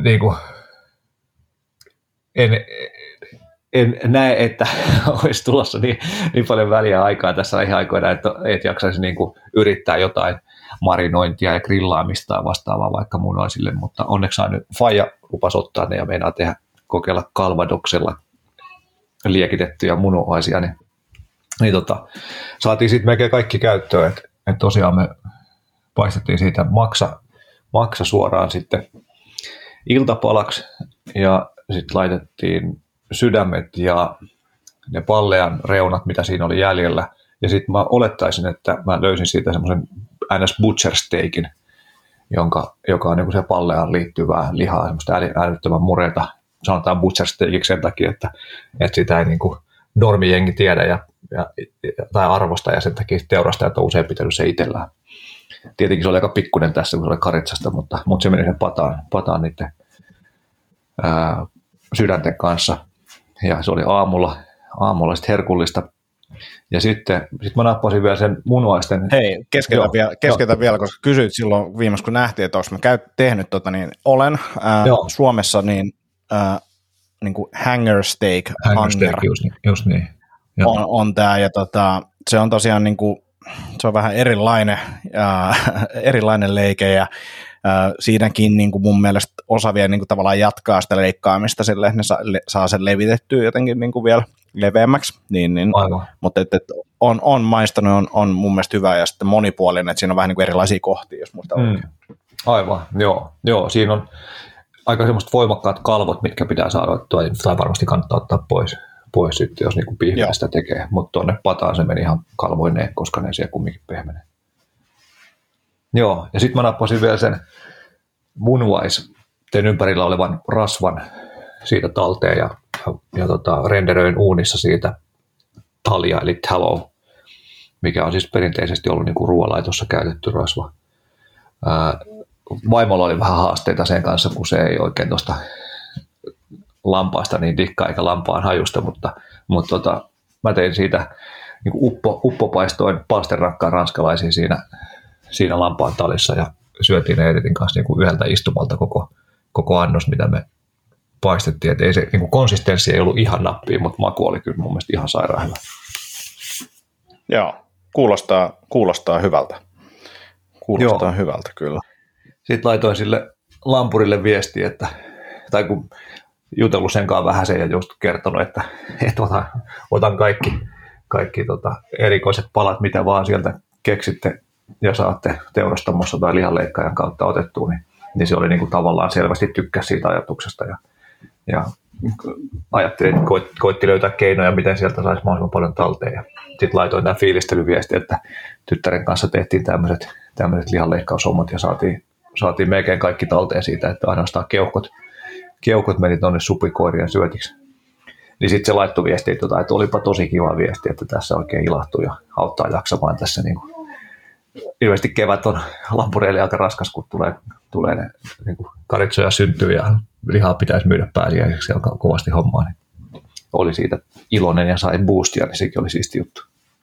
S2: näe, että olisi tulossa niin paljon väliä aikaa tässä lähiaikoina, että jaksaisi niin kuin yrittää jotain marinointia ja grillaamista tai vastaavaa vaikka munuaisille, mutta onneksi nyt faija lupasi ottaa ne ja meinaa kokeilla kalvadoksella liekitettyjä munuaisia, niin saatiin sitten melkein kaikki käyttöön, että tosiaan me paistettiin siitä maksa suoraan sitten iltapalaksi ja sitten laitettiin sydämet ja ne pallean reunat, mitä siinä oli jäljellä. Ja sitten mä olettaisin, että mä löysin siitä semmoisen ns. Butcher steakin, joka on niin kuin se palleaan liittyvää lihaa, semmoista älyttömän mureita. Sanotaan butcher steakiksi sen takia, että sitä ei niin kuin normijengi tiedä tai arvosta, ja sen takia teurastajat on usein pitänyt se itsellään. Tietenkin se oli aika pikkuinen tässä, kun se oli karitsasta, mutta se meni sen pataan niiden sydänten kanssa. Ja se oli aamulla sitten herkullista. Ja sitten mä nappasin vielä sen munuaisten.
S1: Hei, keskeytän vielä, koska kysyit silloin viimeksi, kun nähtiin, että onko mä tehnyt niin olen Suomessa niin kuin hanger steak,
S2: just niin.
S1: On tämä, ja se on tosiaan niin kuin, se on vähän erilainen leike, ja siinäkin niin kuin mun mielestä osa vielä niin kuin tavallaan jatkaa sitä leikkaamista sille, että ne saa sen levitettyä jotenkin niin kuin vielä leveämmäksi, mutta on maistanut, on mun mielestä hyvä ja sitten monipuolinen, että siinä on vähän niin kuin erilaisia kohtia, jos muista oikein.
S2: Aivan, joo, siinä on aika semmoista voimakkaat kalvot, mitkä pitää saada, tai varmasti kannattaa ottaa pois sitten, jos niinku pihmeä sitä tekee, mutta tuonne pataan se meni ihan kalvoineen, koska ne siellä kumminkin pehmenee. Joo, ja sitten mä nappasin vielä sen munuaisten ympärillä olevan rasvan siitä talteen ja renderöin uunissa siitä talia, eli tallow, mikä on siis perinteisesti ollut niinku ruoanlaitossa käytetty rasva. Vaimolla oli vähän haasteita sen kanssa, kun se ei oikein tuosta lampaasta niin dikkaa eikä lampaan hajusta, mutta mä tein siitä niin uppopaistoin palsterrakkaan ranskalaisia siinä lampaan talissa ja syötiin Eeritin kanssa niin yhdeltä istumalta koko annos, mitä me paistettiin. Et ei se niin konsistenssi ei ollut ihan nappia, mutta maku oli kyllä mun mielestä ihan sairaan hyvä.
S1: Joo, kuulostaa hyvältä. Hyvältä kyllä.
S2: Sitten laitoin sille lampurille viestiä, tai kun jutellut sen kanssa vähän sen ja just kertonut, että otan kaikki erikoiset palat, mitä vaan sieltä keksitte ja saatte teurastamossa tai lihanleikkaajan kautta otettua, niin se oli niin kuin tavallaan selvästi tykkäsi siitä ajatuksesta ja ajattelin, että koitti löytää keinoja, miten sieltä saisi mahdollisimman paljon talteen. Ja sitten laitoin tämän fiilistelyviesti, että tyttären kanssa tehtiin tämmöiset lihanleikkaushommat ja saatiin melkein kaikki talteen siitä, että ainoastaan keuhkot meni tuonne supikoirien syötiksi. Niin sitten se laittoi viestiä, että olipa tosi kiva viesti, että tässä oikein ilahtuu ja auttaa jaksamaan tässä. Niin kuin. Ilmeisesti kevät on lampureille aika raskas, kun tulee ne niin kuin karitsoja syntyy ja lihaa pitäisi myydä pääsiäiseksi ja kovasti hommaa. Niin oli siitä iloinen ja sai boostia, niin sekin oli siisti juttu.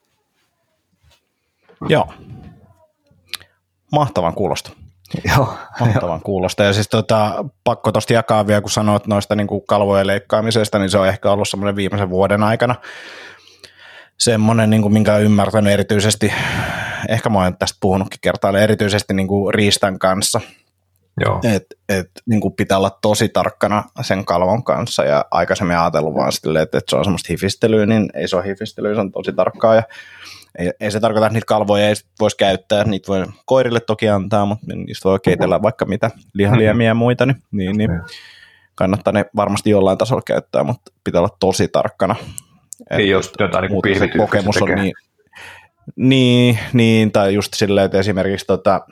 S1: Joo. Mahtavan kuulosta. Mahtavan kuulosta. Ja siis pakko tuosta jakaa vielä, kun sanoit noista niin kuin kalvojen leikkaamisesta, niin se on ehkä ollut semmoinen viimeisen vuoden aikana semmoinen, niin kuin minkä olen ymmärtänyt erityisesti, ehkä mä olen tästä puhunutkin kertaalleen, erityisesti niin kuin riistan kanssa. Että niin kuin pitää olla tosi tarkkana sen kalvon kanssa ja aikaisemmin ajatellut vaan silleen, että se on semmoista hifistelyä, niin ei se ole hifistelyä, se on tosi tarkkaa ja ei se tarkoita, että niitä kalvoja ei voisi käyttää, niitä voi koirille toki antaa, mutta niistä voi keitellä vaikka mitä lihaliemiä ja muita, niin kannattaa ne varmasti jollain tasolla käyttää, mutta pitää olla tosi tarkkana.
S2: Niin jos jotain niin
S1: kokemus on niin, tai just silleen, että esimerkiksi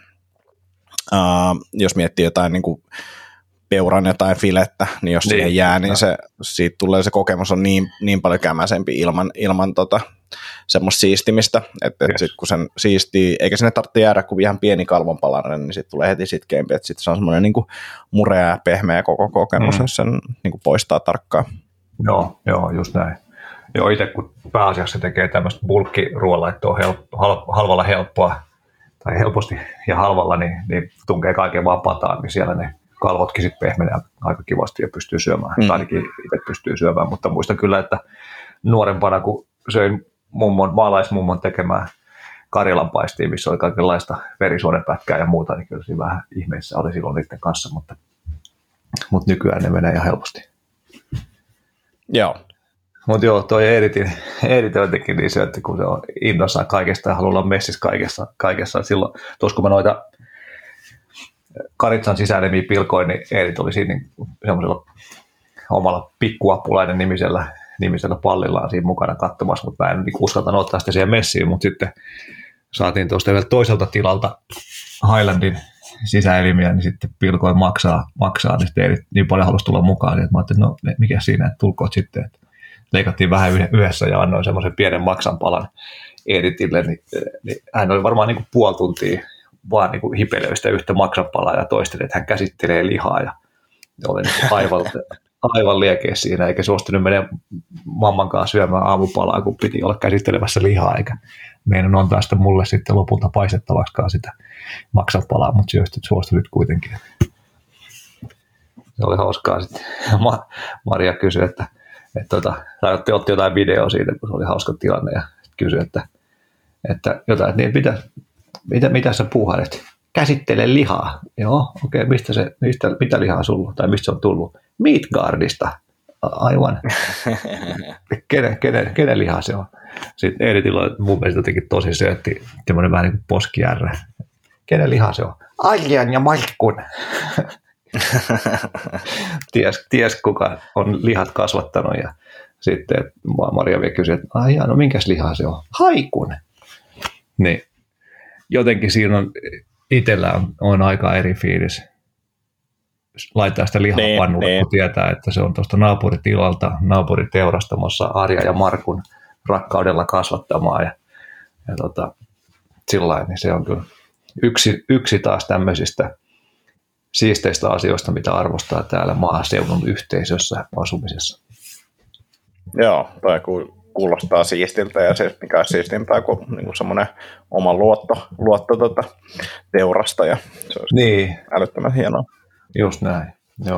S1: jos miettii jotain niin kuin peuran jotain filettä, niin jos siihen jää, niin siitä tulee se kokemus on niin paljon kämäsempi ilman semmoista siistimistä, että sitten kun sen siistii, eikä sinne tarvitse jäädä kuin ihan pieni kalvonpalanen, niin sitten tulee heti sitkeämpi, että sitten se on semmoinen niin kuin murea ja pehmeä koko kokemus, jos sen niin kuin poistaa tarkkaan.
S2: Joo, just näin. Joo, itse kun pääasiassa tekee tämmöistä bulkkiruoanlaittoa halvalla helppoa, tai helposti ja halvalla, niin tunkee kaiken vaan pataan, niin siellä ne kalvotkin sitten pehmenee aika kivasti ja pystyy syömään. Ainakin itse pystyy syömään, mutta muistan kyllä, että nuorempana, kun söin maalaismummon tekemään karjalanpaistia, missä oli kaikenlaista verisuonepätkää ja muuta, niin kyllä siinä vähän ihmeissä oli silloin niiden kanssa, mutta nykyään ne menee ihan helposti.
S1: Joo.
S2: Mutta joo, toi Eeritin jotenkin niin se, että kun se on innossaan kaikesta ja haluaa olla messissä kaikessa. Silloin, tuossa kun mä noita Karitsan sisäilemiä pilkoin, niin Eerit oli siinä niin semmoisella omalla pikkuapulainen nimisellä pallillaan siinä mukana katsomassa, mutta mä en niin uskaltanut ottaa sitä siihen messiin, mutta sitten saatiin tuosta vielä toiselta tilalta Highlandin sisäelimiä, niin sitten pilkoin maksaa niin sitten Eerit niin paljon halusi tulla mukaan, niin että mä ajattelin, että no mikä siinä, että tulkoot sitten, että leikattiin vähän yhdessä ja annoin semmoisen pienen maksanpalan Eeritille, niin hän oli varmaan niin kuin puoli tuntia vaan niin kuin hipelöi sitä yhtä maksanpalaa ja toisteli, että hän käsittelee lihaa ja oli aivan liekeä siinä, eikä suostunut mennä mamman kanssa syömään aamupalaa, kun piti olla käsittelemässä lihaa, eikä meidän antaa sitä mulle sitten lopulta paistettavaksikaan sitä maksanpalaa, mutta suostui nyt kuitenkin. Se oli hauskaa sitten. Maria kysyi, että otti jotain videoa siitä, kun se oli hauska tilanne ja kysyi, että jotain, niin mitä sä puuhailet? Käsittele lihaa. Joo, okei, mitä lihaa sulla? Tai mistä se on tullut? Midgardista. Aivan. Kenen lihaa se on? Sitten Eeritillä oli mun mielestä jotenkin tosi söötti, semmoinen vähän niin kuin poskijärre. Kenen lihaa se on? Arjan ja Markkun. ties kuka on lihat kasvattanut ja sitten Maria vielä kysyi, että no minkäs lihaa se on? Haikun. Niin jotenkin siinä on itsellä on aika eri fiilis laittaa sitä lihaa pannulle, kun tietää, että se on tuosta naapuritilalta, naapuriteurastamossa Arja ja Markun rakkaudella kasvattamaa ja sillain, niin se on kyllä yksi taas tämmöisistä siisteistä asioista, mitä arvostaa täällä maaseudun yhteisössä asumisessa.
S1: Joo, toi kuulostaa siistiltä ja se mikä on siistimpää kuin niinku semmoinen oma luotto teurastaja. Se olisi niin älyttömän hienoa.
S2: Just näin,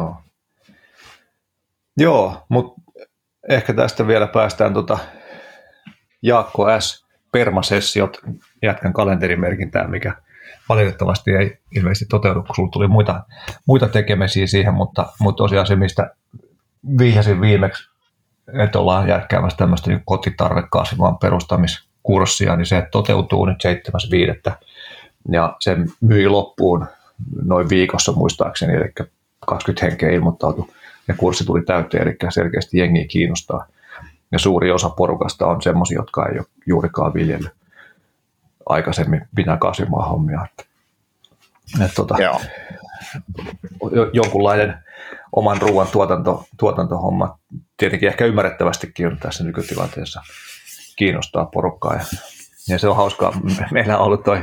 S2: joo, mutta ehkä tästä vielä päästään Jaakko S. Permasessiot jätkän kalenterimerkintään, mikä valitettavasti ei ilmeisesti toteudu, kun sulla tuli muita tekemisiä siihen, mutta tosiaan se, mistä vihjasin viimeksi, että ollaan järkkäämässä tämmöistä niin kotitarvekasvimaan perustamiskurssia, niin se toteutuu nyt 7.5. Ja se myi loppuun noin viikossa muistaakseni, eli 20 henkeä ilmoittautui ja kurssi tuli täyteen, eli selkeästi jengiä kiinnostaa. Ja suuri osa porukasta on semmoisia, jotka ei ole juurikaan viljellyt aikaisemmin pitää kasvimaan hommia. Jonkunlainen oman ruoan tuotantohomma tietenkin ehkä ymmärrettävästikin on tässä nykytilanteessa kiinnostaa porukkaa. Ja se on hauskaa. Meillä on ollut toi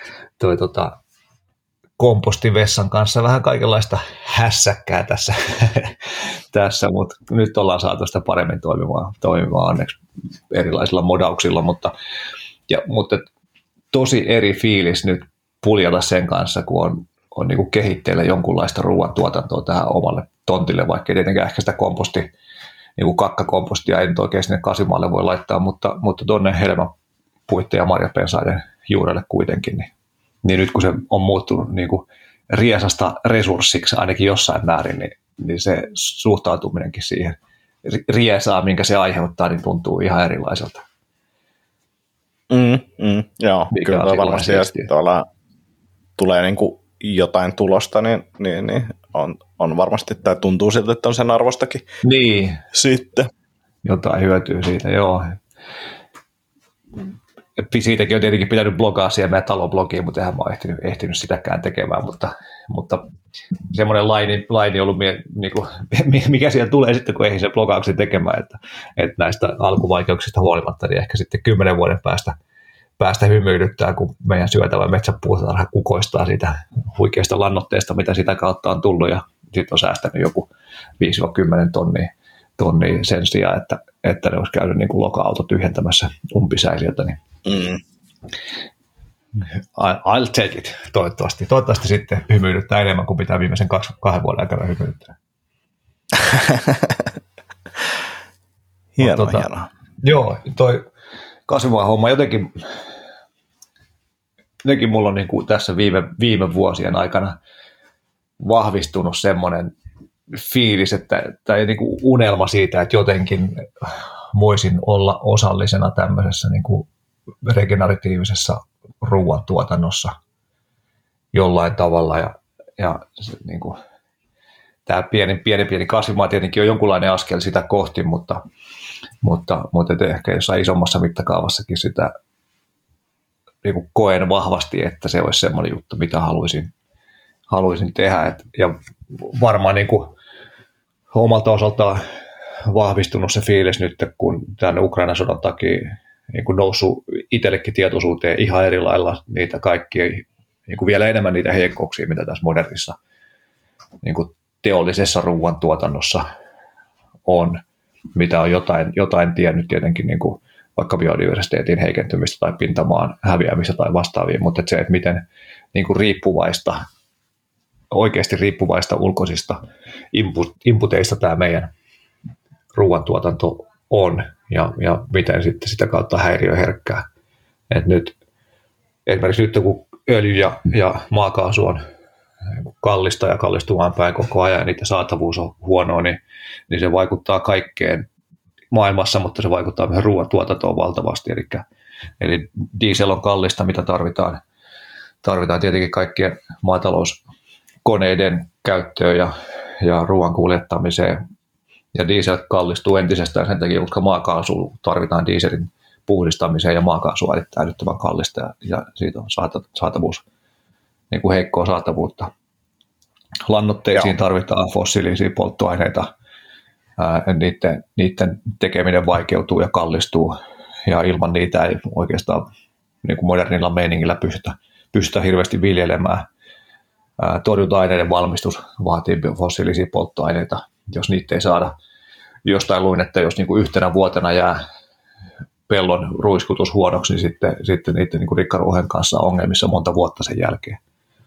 S2: kompostivessan kanssa vähän kaikenlaista hässäkkää tässä, mutta nyt ollaan saatu sitä paremmin toimimaan onneksi erilaisilla modauksilla, mutta tosi eri fiilis nyt puljata sen kanssa, kun on niin kuin kehitteillä jonkunlaista ruoantuotantoa tähän omalle tontille, vaikka ei tietenkään ehkä sitä niin kuin kakkakompostia ei nyt oikein sinne kasvimaalle voi laittaa, mutta tuonne helmapuitten ja marjapensaiden juurelle kuitenkin, niin nyt kun se on muuttunut niin kuin riesasta resurssiksi ainakin jossain määrin, niin se suhtautuminenkin siihen riesaan, minkä se aiheuttaa, niin tuntuu ihan erilaiselta.
S1: Joo, kyllä toi varmasti, jos tulee niin kuin jotain tulosta, niin on varmasti, tai tuntuu siltä, että on sen arvostakin.
S2: Niin.
S1: Sitten.
S2: Jotain hyötyä siitä, joo. Siitäkin on tietenkin pitänyt blogaa siellä meidän taloblogiin, mutta eihän mä ole ehtinyt sitäkään tekemään, mutta semmoinen laini ollut, niin kuin, mikä siellä tulee sitten, kun ei se blogauksen tekemään, että näistä alkuvaikeuksista huolimatta, niin ehkä sitten 10 vuoden päästä hymyilyttää, kun meidän syötävä metsäpuutarha kukoistaa siitä huikeasta lannoitteesta, mitä sitä kautta on tullut, ja sitten on säästänyt joku 5-10 tonnia sen sijaan, että ne olisi käynyt niin kuin loka-auto tyhjentämässä umpisäiliötä. Niin I'll take it, toivottavasti. Toivottavasti sitten hymyilyttää enemmän kuin pitää viimeisen 2 vuoden aikana hymyilyttää.
S1: Hienoa.
S2: Joo, toi kasvimaa-homma jotenkin mulla on niin kuin tässä viime vuosien aikana vahvistunut semmoinen fiilis, että niin kuin unelma siitä, että jotenkin voisin olla osallisena tämmöisessä niin kuin regeneratiivisessa ruoantuotannossa jollain tavalla. Ja niin kuin, tämä pieni kasvimaa tietenkin on jonkunlainen askel sitä kohti, mutta ehkä jossain isommassa mittakaavassakin sitä niin kuin koen vahvasti, että se olisi semmoinen juttu, mitä haluaisin tehdä. Ja varmaan niin kuin omalta osaltaan vahvistunut se fiilis nyt, kun tämän Ukrainan sodan takia niin kuin noussut itsellekin tietoisuuteen ihan eri lailla niitä kaikkia, niin kuin vielä enemmän niitä heikkouksia, mitä tässä modernissa niin kuin teollisessa ruoantuotannossa on, mitä on jotain tiennyt tietenkin niin kuin vaikka biodiversiteetin heikentymistä tai pintamaan häviämistä tai vastaavia, mutta se, että miten niin kuin oikeasti riippuvaista ulkoisista inputeista tämä meidän ruoantuotanto on ja miten sitten sitä kautta häiriöherkkää. Et nyt, esimerkiksi nyt kun öljy ja maakaasu on kallista ja kallistumaan päin koko ajan ja niiden saatavuus on huonoa, niin se vaikuttaa kaikkeen maailmassa, mutta se vaikuttaa myös ruoantuotantoon valtavasti. Eli diesel on kallista, mitä tarvitaan tietenkin kaikkien maatalouskoneiden käyttöön ja ruoan kuljettamiseen. Ja diesel kallistuu entisestään sen takia, koska maakaasu tarvitaan dieselin puhdistamiseen ja maakaasu on älyttömän kallista ja siitä on saatavuus, niin kuin heikkoa saatavuutta. Lannoitteisiin tarvitaan fossiilisia polttoaineita, niiden tekeminen vaikeutuu ja kallistuu ja ilman niitä ei oikeastaan niin kuin modernilla meiningillä pystytä hirveästi viljelemään. Torjunta-aineiden valmistus vaatii fossiilisia polttoaineita, jos niitä ei saada. Jostain luin, että jos niin kuin yhtenä vuotena jää pellon ruiskutus huonoksi, niin sitten niiden niin kuin rikkaruohen kanssa on ongelmissa monta vuotta sen jälkeen.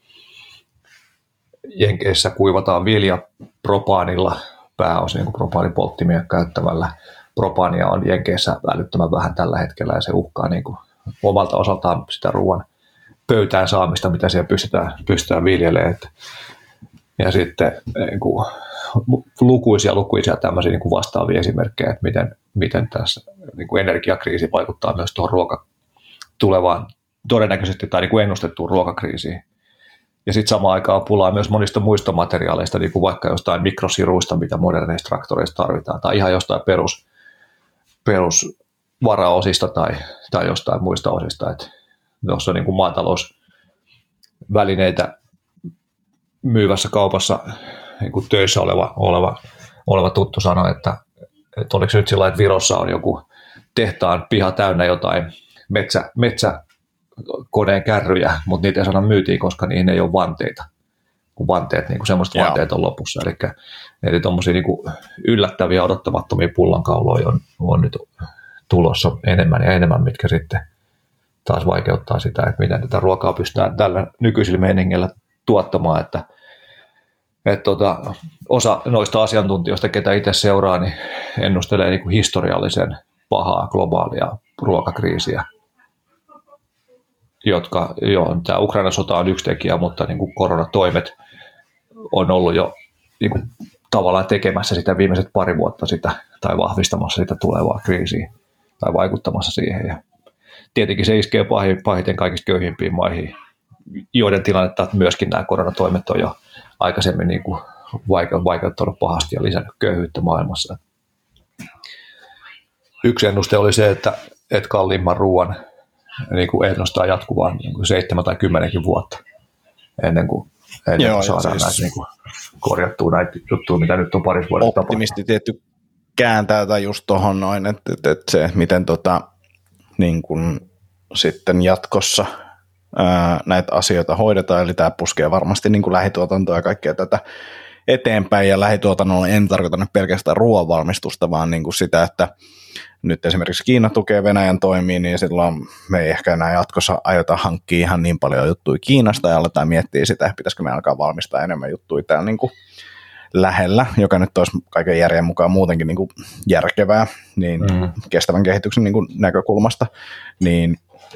S2: Jenkeissä kuivataan vilja propaanilla, pääosin niin kuin propaanipolttimia käyttämällä. Propaania on Jenkeissä älyttömän vähän tällä hetkellä ja se uhkaa niin kuin omalta osaltaan sitä ruoan pöytään saamista, mitä siellä pystytään viljelemään. Ja sitten niin kuin, lukuisia tämmöisiä niin kuin vastaavia esimerkkejä, että miten tässä niin kuin energiakriisi vaikuttaa myös tuohon tulevaan todennäköisesti tai niin kuin ennustettuun ruokakriisiin. Ja sitten samaan aikaan pulaa myös monista muista materiaaleista, niin kuin vaikka jostain mikrosiruista, mitä moderneista traktoreista tarvitaan, tai ihan jostain perusvaraosista tai jostain muista osista. Tuossa niin kuin maatalousvälineitä myyvässä kaupassa niin kuin töissä oleva tuttu sanoi, että oliko se nyt sillä, että Virossa on joku tehtaan piha täynnä jotain metsäkoneen kärryjä, mutta niitä ei saada myytiin, koska niihin ei ole vanteita. Kun vanteet, niin kuin semmoiset vanteet on lopussa. Eli tuommoisia niin kuin yllättäviä, odottamattomia pullankauloja on nyt tulossa enemmän ja enemmän, mitkä sitten taas vaikeuttaa sitä, että miten tätä ruokaa pystytään tällä nykyisillä meiningillä tuottamaan, että osa noista asiantuntijoista, ketä itse seuraa, niin ennustelee niin kuin historiallisen pahaa globaalia ruokakriisiä, jotka, tämä Ukrainan sota on yksi tekijä, mutta niin kuin koronatoimet on ollut jo niin kuin tavallaan tekemässä sitä viimeiset pari vuotta sitä, tai vahvistamassa sitä tulevaa kriisiä, tai vaikuttamassa siihen. Ja tietenkin se iskee pahiten kaikista köyhimpiin maihin, joiden tilannetta myöskin nämä koronatoimet on jo aikaisemmin niin kuin vaikeuttanut pahasti ja lisännyt köyhyyttä maailmassa. Yksi ennuste oli se, että kalliimman ruoan niin kuin ennustaa jatkuvaan niin kuin 7 tai 10 vuotta ennen kuin saadaan siis näitä, niin kuin, korjattua näitä juttuja, mitä nyt on parissa vuodessa tapahtunut.
S1: Optimisti tietty kääntää tai just tuohon noin, että se, miten niin kuin sitten jatkossa näitä asioita hoidetaan, eli tämä puskee varmasti niin kuin lähituotantoa ja kaikkea tätä eteenpäin, ja lähituotannolla en tarkoita nyt pelkästään ruoanvalmistusta, vaan niin kuin sitä, että nyt esimerkiksi Kiina tukee Venäjän toimia, niin silloin me ei ehkä enää jatkossa aiota hankkia ihan niin paljon juttuja Kiinasta, ja aletaan miettiä sitä, pitäisikö me alkaa valmistaa enemmän juttuja täällä niin kuin lähellä, joka nyt olisi kaiken järjen mukaan muutenkin niin kuin järkevää, niin kestävän kehityksen niin kuin näkökulmasta, niin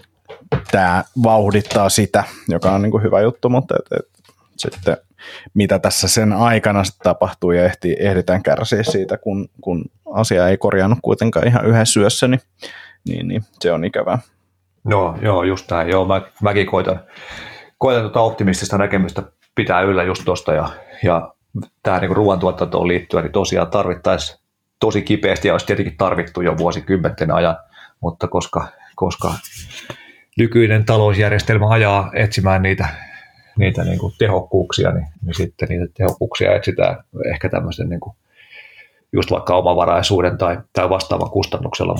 S1: tämä vauhdittaa sitä, joka on niin kuin hyvä juttu, mutta sitten mitä tässä sen aikana tapahtuu ja ehditään kärsiä siitä, kun asia ei korjannut kuitenkaan ihan yhdessä syössä, niin se on ikävää.
S2: No, joo, just näin. Joo, mäkin koitan optimistista näkemystä pitää yllä just tuosta, ja tähän niin ruoantuotantoon liittyen, niin tosiaan tarvittaisiin tosi kipeästi, ja olisi tietenkin tarvittu jo vuosikymmenten ajan, mutta koska nykyinen talousjärjestelmä ajaa etsimään niitä niin kuin tehokkuuksia, niin sitten niitä tehokkuuksia etsitään ehkä tämmöisen niin kuin just vaikka omavaraisuuden tai vastaavan kustannuksella,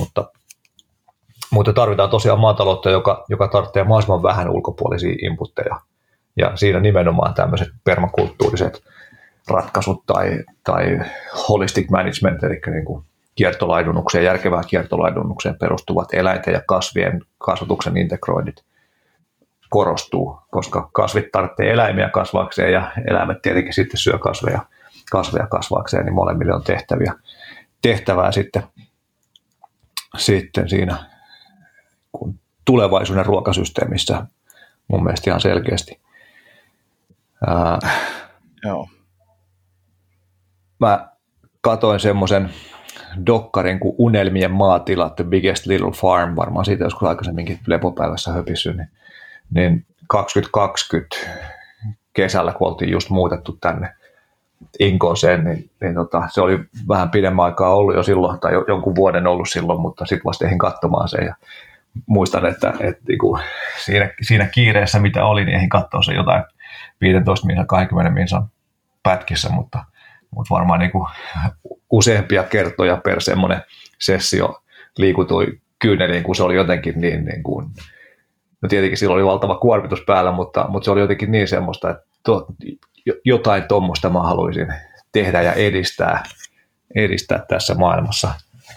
S2: mutta tarvitaan tosiaan maataloutta, joka tarvitsee mahdollisimman vähän ulkopuolisia inputteja, ja siinä nimenomaan tämmöiset permakulttuuriset ratkaisut tai holistic management, eli niin kuin kiertolaidunnukseen, järkevään kiertolaidunnukseen perustuvat eläinten ja kasvien kasvatuksen integroinnit korostuu, koska kasvit tarvitsee eläimiä kasvaakseen ja eläimet tietenkin sitten syö kasveja kasvaakseen, niin molemmille on tehtävää sitten siinä kun tulevaisuuden ruokasysteemissä mun mielestä ihan selkeästi.
S1: Joo.
S2: Mä katoin semmoisen dokkarin kuin Unelmien maatilat, The Biggest Little Farm, varmaan siitä joskus aikaisemminkin lepopäivässä höpissy, niin 2020 kesällä, kun oltiin just muutettu tänne Inkooseen, niin se oli vähän pidemmän aikaa ollut jo silloin, tai jonkun vuoden ollut silloin, mutta sitten vasta ehdin katsomaan sen, ja muistan, että niinku siinä kiireessä, mitä oli, niin ehdin katsoa se jotain 15 minsan, 20 minsan pätkissä, mutta varmaan niinku useampia kertoja per semmoinen sessio liikutui kyyneliin, kun se oli jotenkin niin kuin, no tietenkin silloin oli valtava kuormitus päällä, mutta se oli jotenkin niin semmoista, että jotain tuommoista mä haluaisin tehdä ja edistää tässä maailmassa.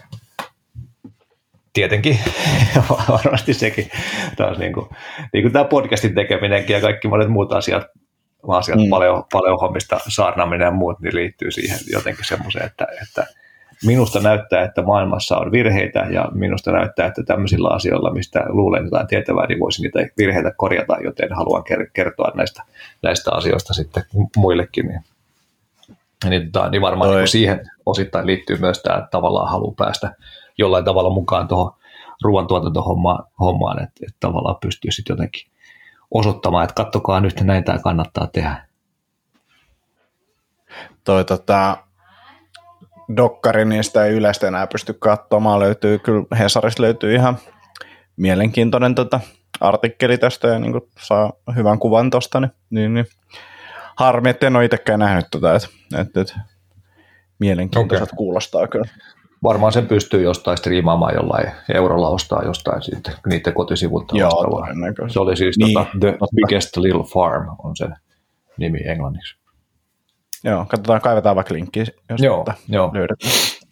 S2: Tietenkin, varmasti sekin taas niin kuin tämä podcastin tekeminenkin ja kaikki monet muut asiat paljon hommista saarnaaminen ja muut, niin liittyy siihen jotenkin semmoiseen, että minusta näyttää, että maailmassa on virheitä, ja minusta näyttää, että tämmöisillä asioilla, mistä luulen jotain tietävää, niin voisin niitä virheitä korjata, joten haluan kertoa näistä asioista sitten muillekin. Niin varmaan niin siihen osittain liittyy myös tämä tavallaan halu päästä jollain tavalla mukaan tuohon ruoantuotantohommaan, että tavallaan pystyy sitten jotenkin osoittamaan, että katsokaa nyt, näin tämä kannattaa tehdä.
S1: Dokkari, niin sitä ei yleistä enää pysty katsomaan. Kyllä Hesarista löytyy ihan mielenkiintoinen artikkeli tästä, ja niin kuin saa hyvän kuvan tuosta, niin harmi, että en ole itsekään nähnyt että mielenkiintoiset kuulostaa kyllä.
S2: Varmaan sen pystyy jostain striimaamaan jollain eurolla, ostaa jostain siitä niiden kotisivulta.
S1: Joo,
S2: se oli siis The Biggest Little Farm on sen nimi englanniksi.
S1: Joo, katsotaan, kaivetaan vaikka linkkiä, jos löydetään.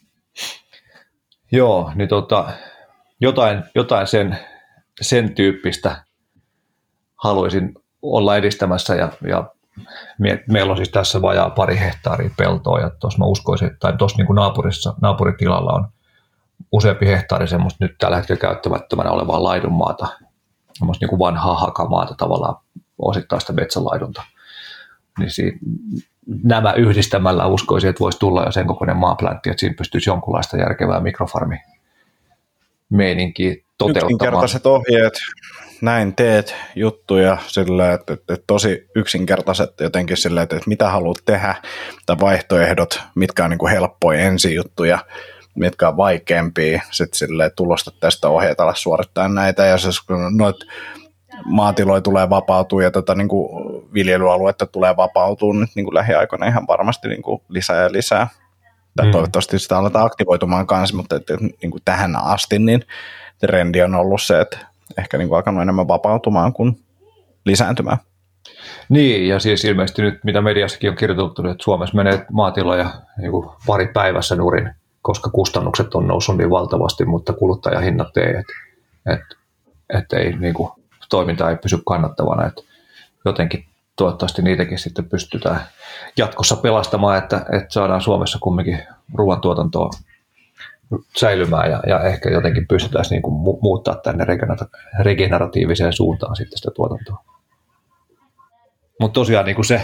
S2: Joo, niin jotain sen tyyppistä haluaisin olla edistämässä, ja meillä on siis tässä vajaa 2 hehtaaria peltoa, ja tuossa mä uskoisin, tai tuossa niin kuin naapuritilalla on useampi hehtaari semmoista nyt tällä hetkellä käyttämättömänä olevaa laidunmaata, semmoista niin kuin vanhaa hakamaata tavallaan, osittaista metsälaidunta. Niin nämä yhdistämällä uskoisin, että voisi tulla jo sen kokoinen maaplantti, että siinä pystyisi jonkunlaista järkevää mikrofarmimeininkiä toteuttamaan.
S1: Yksinkertaiset ohjeet, näin teet juttuja sillä, että tosi yksinkertaiset jotenkin sillä, että mitä haluat tehdä, tai vaihtoehdot, mitkä on niin kuin helppoja ensijuttuja, mitkä on vaikeampia, sitten silleen tulosta tästä ohjeet alas suorittaa näitä, ja kun noit maatiloja tulee vapautua ja niin kuin viljelyaluetta tulee vapautua nyt niin kuin lähiaikoina ihan varmasti niin kuin lisää ja lisää. Toivottavasti sitä aletaan aktivoitumaan kanssa, mutta niin kuin tähän asti niin trendi on ollut se, että ehkä niin kuin alkanut enemmän vapautumaan kuin lisääntymään.
S2: Niin, ja siis ilmeisesti nyt, mitä mediassakin on kirjoitettu, että Suomessa menee maatiloja niin kuin pari päivässä nurin, koska kustannukset on noussut niin valtavasti, mutta kuluttajahinnat ei, että ei, niin kuin, toiminta ei pysy kannattavana. Että jotenkin toivottavasti niitäkin sitten pystytään jatkossa pelastamaan, että saadaan Suomessa kumminkin ruoantuotantoa säilymään ja ehkä jotenkin pystytään niin kuin muuttaa tänne regeneratiiviseen suuntaan sitten sitä tuotantoa. Mutta tosiaan niin kuin se,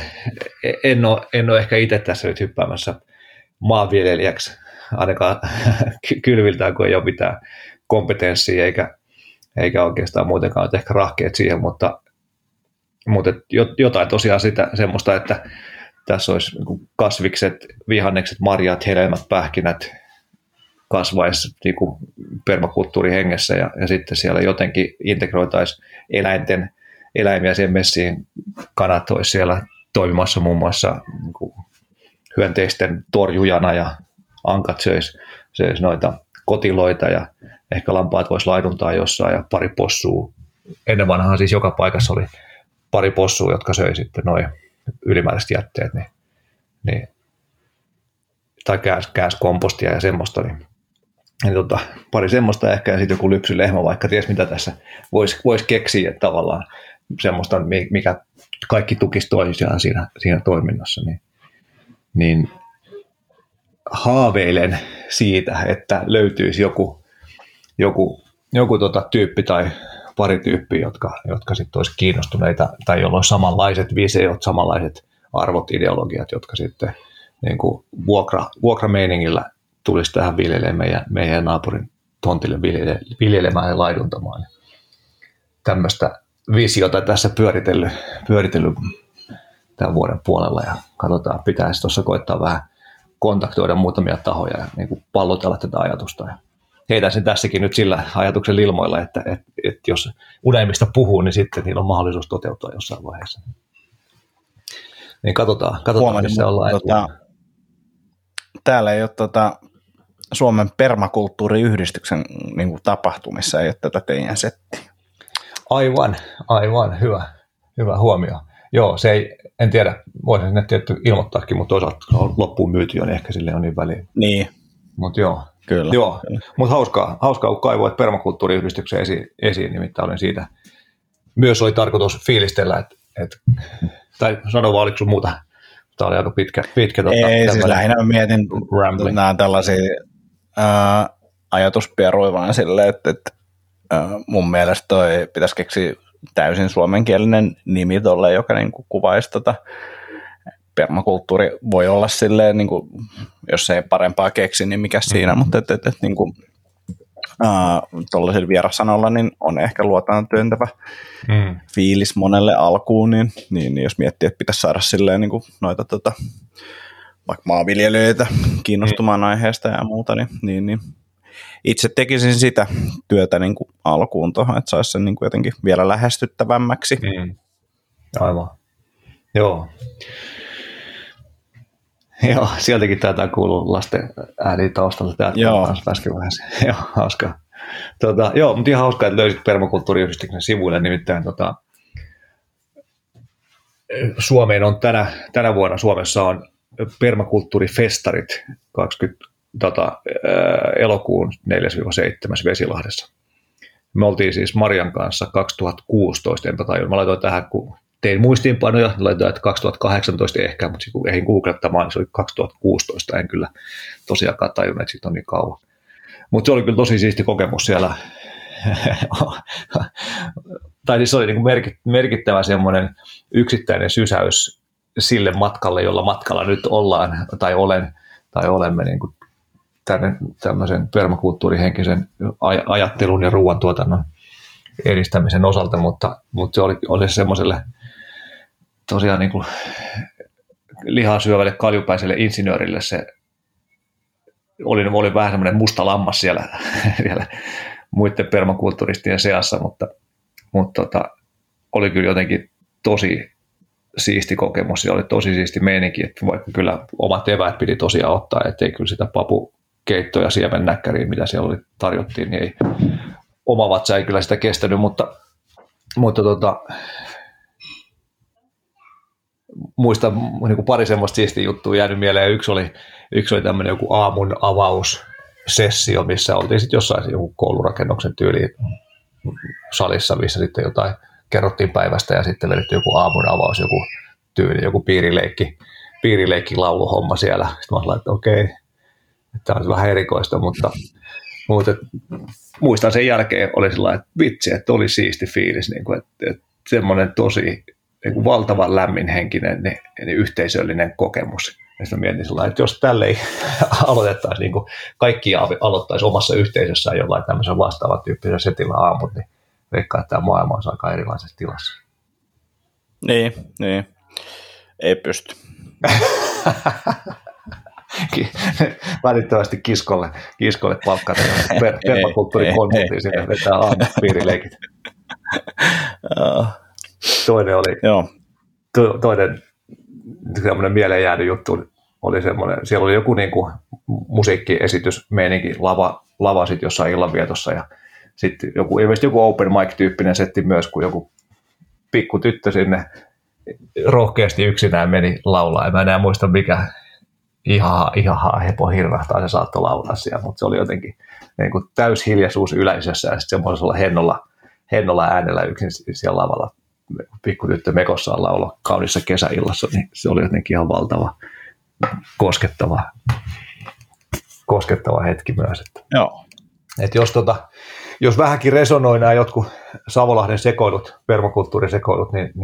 S2: en ole ehkä itse tässä nyt hyppäämässä maanviljelijäksi, ainakaan kylviltään, kun ei ole mitään kompetenssia eikä oikeastaan muutenkaan ole ehkä rahkeet siihen, mutta jotain tosiaan sitä semmoista, että tässä olisi niin kasvikset, vihannekset, marjat, hedelmät, pähkinät kasvaisi niin kuin permakulttuurihengessä ja sitten siellä jotenkin integroitaisiin eläimiä siihen messiin, kanat olisi siellä toimimassa muun muassa niin kuin hyönteisten torjujana ja ankat söisi noita kotiloita ja ehkä lampaat voisi laiduntaa jossain ja pari possua. Ennen vanhaan siis joka paikassa oli pari possua, jotka söi sitten noin ylimääräiset jätteet, niin, tai kääs kompostia ja semmoista, niin pari semmoista ehkä ja sitten joku lypsylehmä, vaikka ties mitä tässä voisi keksiä, että tavallaan semmoista, mikä kaikki tukisi toisiaan siinä toiminnassa, niin haaveilen siitä, että löytyisi joku tyyppi tai pari tyyppiä, jotka sitten olisi kiinnostuneita tai joilla olisi samanlaiset visiot, samanlaiset arvot, ideologiat, jotka sitten niin kuin vuokrameiningillä tulisi tähän viljelemään meidän naapurin tontille viljelemään ja laiduntamaan. Tämmöistä visiota tässä pyöritellyt tämän vuoden puolella ja katsotaan, pitäisi tuossa koittaa vähän kontaktoida muutamia tahoja ja niin kuin pallotella tätä ajatusta. Ja heitän sen tässäkin nyt sillä ajatuksen ilmoilla, että jos unelmista puhuu, niin sitten niillä on mahdollisuus toteutua jossain vaiheessa. Niin katsotaan missä ollaan.
S1: Täällä ei ole Suomen permakulttuuriyhdistyksen niin kuin tapahtumissa, ei ole tätä teidän settiä.
S2: Aivan, hyvä huomio. Joo, se ei, en tiedä, voisin sinne tietty ilmoittaakin, mutta toisaalta loppuun myyty jo, niin ehkä sille on niin väliä.
S1: Niin.
S2: Mutta joo.
S1: Kyllä.
S2: Joo, mutta hauskaa, kun kaivoit permakulttuuriyhdistyksen esiin, nimittäin olin siitä. Myös oli tarkoitus fiilistellä, tai sano vaan, oliko sun muuta? Tämä oli aika pitkä.
S1: Ei, siis lähinnä mietin nämä tällaisia ajatusperuja vaan silleen, että mun mielestä toi pitäisi keksiä täysin suomenkielinen nimi tolle, joka niin kuin kuvaisi permakulttuuri voi olla silleen, niin kuin, jos ei parempaa keksi, niin mikä siinä, mutta niin kuin, tuollaisilla vierassanoilla niin on ehkä luotaan työntävä fiilis monelle alkuun, niin jos miettii, että pitäisi saada silleen niin kuin noita vaikka maanviljelijöitä kiinnostumaan aiheesta ja muuta, niin itse tekisin sitä työtä niin kuin alkuun tuohon, että saisi sen niin kuin jotenkin vielä lähestyttävämmäksi.
S2: Aivan. Joo, sieltäkin taitaa kuulua lasten ääni taustalla täältä äsken vaiheessa. Joo, hauskaa. Joo, mutta ihan hauskaa, että löysit permakulttuuriyhdistyksen sivuille, nimittäin Suomeen on tänä vuonna Suomessa on permakulttuurifestarit 20 elokuun 4-7 Vesilahdessa. Me oltiin siis Marian kanssa 2016, enpä tajun. Mä laitoin tähän, kun tein muistiinpanoja, laitoin, että 2018 ehkä, mutta kun ehdin googlettamaan, niin se oli 2016. En kyllä tosiaankaan tajunnut, että siitä on niin kauan. Mutta se oli kyllä tosi siisti kokemus siellä. Tai siis se oli niin kuin merkittävä semmoinen yksittäinen sysäys sille matkalle, jolla matkalla nyt ollaan, tai olemme niin kuin tämmöisen permakulttuurihenkisen ajattelun ja ruoantuotannon edistämisen osalta, mutta se oli semmoiselle tosiaan niin kuin lihaa syövälle kaljupäiselle insinöörille se oli vähän semmoinen musta lammas siellä vielä muiden permakultturistien seassa, mutta oli kyllä jotenkin tosi siisti kokemus ja oli tosi siisti meininki, että vaikka kyllä omat eväät piti tosiaan ottaa, ettei kyllä sitä papukeittoa ja siemennäkkäriä, mitä siellä oli tarjottiin, niin ei oma vatsa ei kyllä sitä kestänyt, mutta muistan niin kuin pari semmoista siistiä juttua jäänyt mieleen. Yksi oli tämmöinen joku aamun avaussessio, missä oltiin sitten jossain joku koulurakennuksen tyyliin salissa, missä sitten jotain kerrottiin päivästä ja sitten vedettiin joku aamun avaus, joku tyyli, joku piirileikki lauluhomma siellä. Sitten mä olin, että okei, tämä on vähän erikoista, mutta muistan sen jälkeen oli sellainen, että vitsi, että oli siisti fiilis, niin kuin, että semmoinen tosi niin kuin valtavan lämminhenkinen niin yhteisöllinen kokemus. Ja sitten mietin sellainen, että jos tälle ei aloitettaisiin, niin kuin kaikki aloittaisi omassa yhteisössään jollain tämmöisen vastaavan tyyppisen setillä aamut, niin veikkaa, että tämä maailma on aika erilaisessa tilassa.
S1: Niin. Ei pysty.
S2: Välittömästi kiskolle palkkata permakulttuurikonsulttiin sinne vetää aamupiirileikit. Toinen oli, toinen semmoinen mieleen jäänyt juttu oli semmoinen, siellä oli joku niin kuin musiikkiesitys, meininki, lava sitten jossain illanvietossa ja sitten ilmeisesti joku open mic-tyyppinen setti myös, kun joku pikku tyttö sinne rohkeasti yksinään meni laulaa. En mä enää muista mikä ihan hepo hirrahtaa se saattoi laulaa siellä, mutta se oli jotenkin niin kuin täyshiljaisuus yleisössä ja sitten semmoisella hennolla äänellä yksin siellä lavalla pikku tyttö mekossaan laulaa kaunissa kesäillassa, niin se oli jotenkin ihan valtava koskettava hetki myös. Että,
S1: joo.
S2: Että jos vähänkin resonoi nämä jotkut Savolahden sekoilut, permakulttuurisekoilut, niin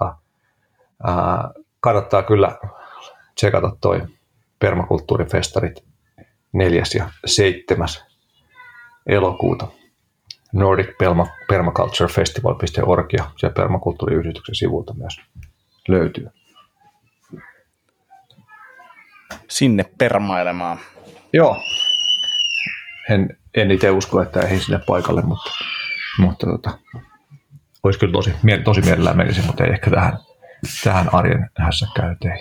S2: kannattaa kyllä tsekata toi permakulttuurifestarit 4. ja 7. elokuuta. Nordic Permaculture Festival.org ja siellä permakulttuuriyhdistyksen sivulta myös löytyy.
S1: Sinne permailemaan.
S2: Joo. En itse usko, että ei sinne paikalle, mutta olisi kyllä tosi mielellään menisi, mutta ei ehkä tähän arjen hässäkkäänteihin.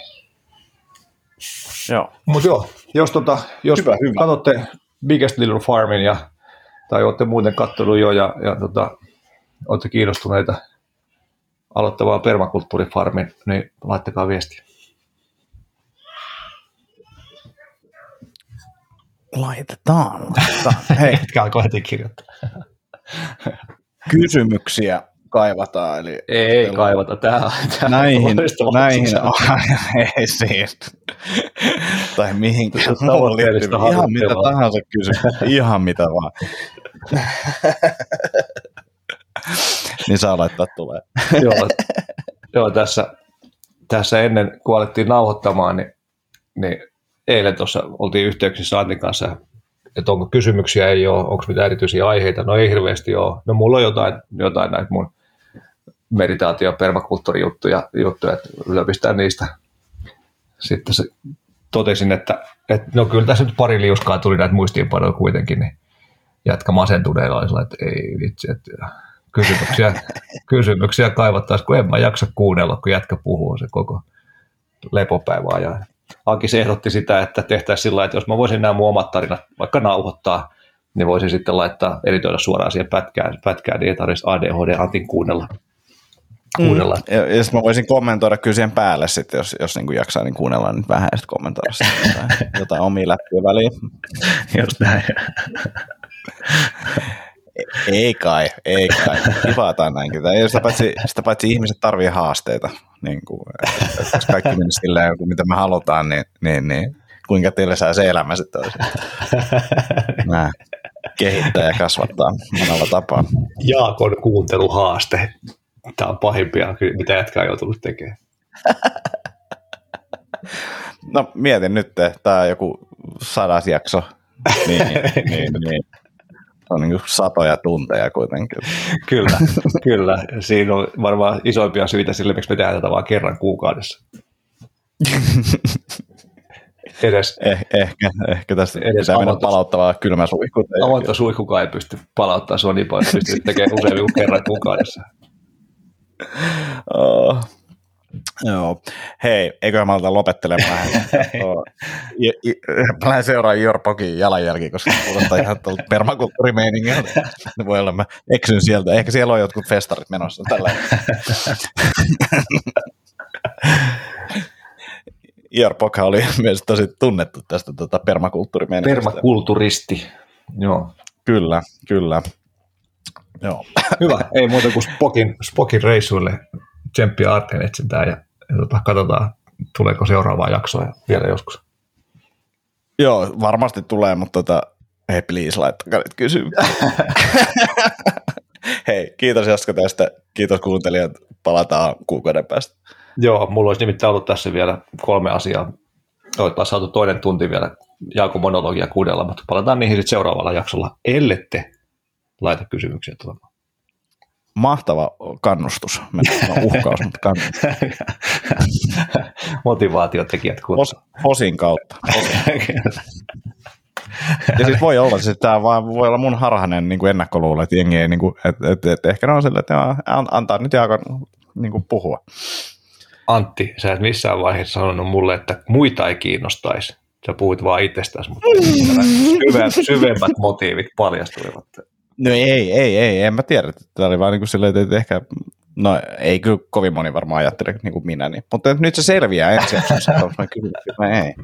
S1: Joo.
S2: Mutta jos hyvä. Katsotte Biggest Little Farmin tai olette muuten katsellut jo ja olette kiinnostuneita aloittamaan permakulttuurifarmin, niin laittakaa viestiä.
S1: Laitetaan. Hei.
S2: Etkä alkoi heti kirjoittaa.
S1: Kysymyksiä kaivataan. Eli
S2: ei kaivata.
S1: Näihin ei siis. Tai mihinkään. Ihan mitä tahansa kysymyksiä. Ihan mitä vaan. Niin saa laittaa tulee.
S2: Joo, tässä ennen kuin alettiin nauhoittamaan, niin eilen tuossa oltiin yhteyksissä Antin kanssa, että onko kysymyksiä, ei ole, onko mitään erityisiä aiheita, no ei hirveästi ole. No mulla on jotain näitä mun meditaatio- ja permakulttuurijuttuja, että ylöpistään niistä. Sitten totesin, että no kyllä tässä nyt pari liuskaa tuli näitä muistiinpanoja kuitenkin, niin jätkä masentuneella oli sellainen, että ei vitsi, että kysymyksiä kaivattaisiin, kun en mä jaksa kuunnella, kun jätkä puhuu se koko lepopäivä ajan. Akis ehdotti sitä, että tehtäisiin sillä lailla, että jos mä voisin nämä mun omat tarinat vaikka nauhoittaa, niin voisin sitten editoida suoraan siihen pätkään, niin ei tarvitsisi ADHD-Antin kuunnella.
S1: Ja sitten mä voisin kommentoida kyllä siihen päälle sitten, jos niin kuin jaksaa niin kuunnella niin vähän ja sitten kommentoida jotain omia läppiä väliin.
S2: Just näin.
S1: Ei kai. Kivataan näinkin. Sitä paitsi ihmiset tarvii haasteita. Niin kuin, jos kaikki menisi silleen, mitä me halutaan, niin kuinka teille saa se elämä sitten olisi. Kehittää ja kasvattaa monella tapaa.
S2: Jaakon kuunteluhaaste. Tämä on pahimpia, mitä jätkää on joutunut tekemään.
S1: No mietin nyt, tämä on joku 100 jakso niin. Se on niin kuin satoja tunteja kuitenkin.
S2: Kyllä. Siinä on varmaan isoimpia syitä sille, miksi me tehdään tätä vain kerran kuukaudessa.
S1: Ehkä tästä pitää mennä palauttavaa kylmä suihku.
S2: Avointa suihkukaan ei pysty palauttamaan sua niin paljon, että pystyy tekemään useammin kuin kerran kuukaudessa.
S1: Joo. Hei, eiköhän mä aletaan lopettelemaan. Mä lähden seuraamaan Jorpokin jalanjälkiä, koska kuulostaa ihan tuolta permakulttuurimeiningiltä. Voi olla, mä eksyn sieltä. Ehkä siellä on jotkut festarit menossa tällä Jorpokhan oli myös tosi tunnettu tästä permakulttuurimeiningistä.
S2: Permakulturisti, joo.
S1: Kyllä. Joo.
S2: Hyvä, ei muuta kuin Spokin reissuille tsemppiä aarteen etsintään ja katsotaan, tuleeko seuraavaa jaksoa vielä joskus.
S1: Joo, varmasti tulee, mutta hei, please, laittakaa nyt kysymyksiä. Hei, kiitos Jaska tästä, kiitos kuuntelijat, palataan kuukauden päästä.
S2: Joo, mulla olisi nimittäin ollut tässä vielä 3 asiaa. Oltaisiin saatu toinen tunti vielä Jaakon monologia kuudella, mutta palataan niihin sitten seuraavalla jaksolla, ellette laita kysymyksiä tulemaan.
S1: Mahtava kannustus. Uhkaus, mutta kannustus.
S2: Motivaatiotekijät kuntoon.
S1: Posin kautta. Ja siis voi olla, että tämä voi olla mun harhainen niin ennakkoluulo, että jengi ei, niin kuin, että ehkä ne on sillä, että antaa nyt Jaakon niin kuin puhua.
S2: Antti, sä et missään vaiheessa sanonut mulle, että muita ei kiinnostaisi. Sä puhuit vaan itsestäsi, mutta syvemmät motiivit paljastuivat.
S1: No ei, en mä tiedä. Tämä oli vaan niin kuin silleen, että ehkä, no ei kyllä kovin moni varmaan ajattele niin kuin minä, niin. Mutta nyt se selviää ensin, että kyllä ei.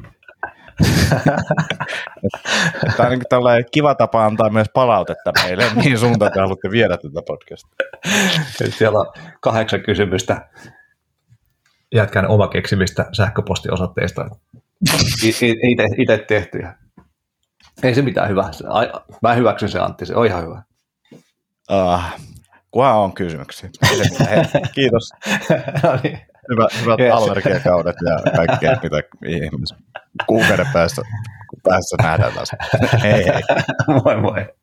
S1: Tämä on niin tällainen kiva tapa antaa myös palautetta meille, mihin suuntaan te haluatte viedä tätä podcastia.
S2: Siellä on 8 kysymystä jätkän oma keksimistä sähköpostiosoitteista. Itse tehtyjä. Ei se mitään hyvää. Mä hyväksyn se, Antti, se on ihan hyvä.
S1: Kunhan on kysymyksiä. Kiitos.
S2: No niin.
S1: Hyvät allergiakaudet ja kaikkea, mitä ihmisiä kuukauden päästä, kun päässä nähdään taas. Hei.
S2: Moi moi.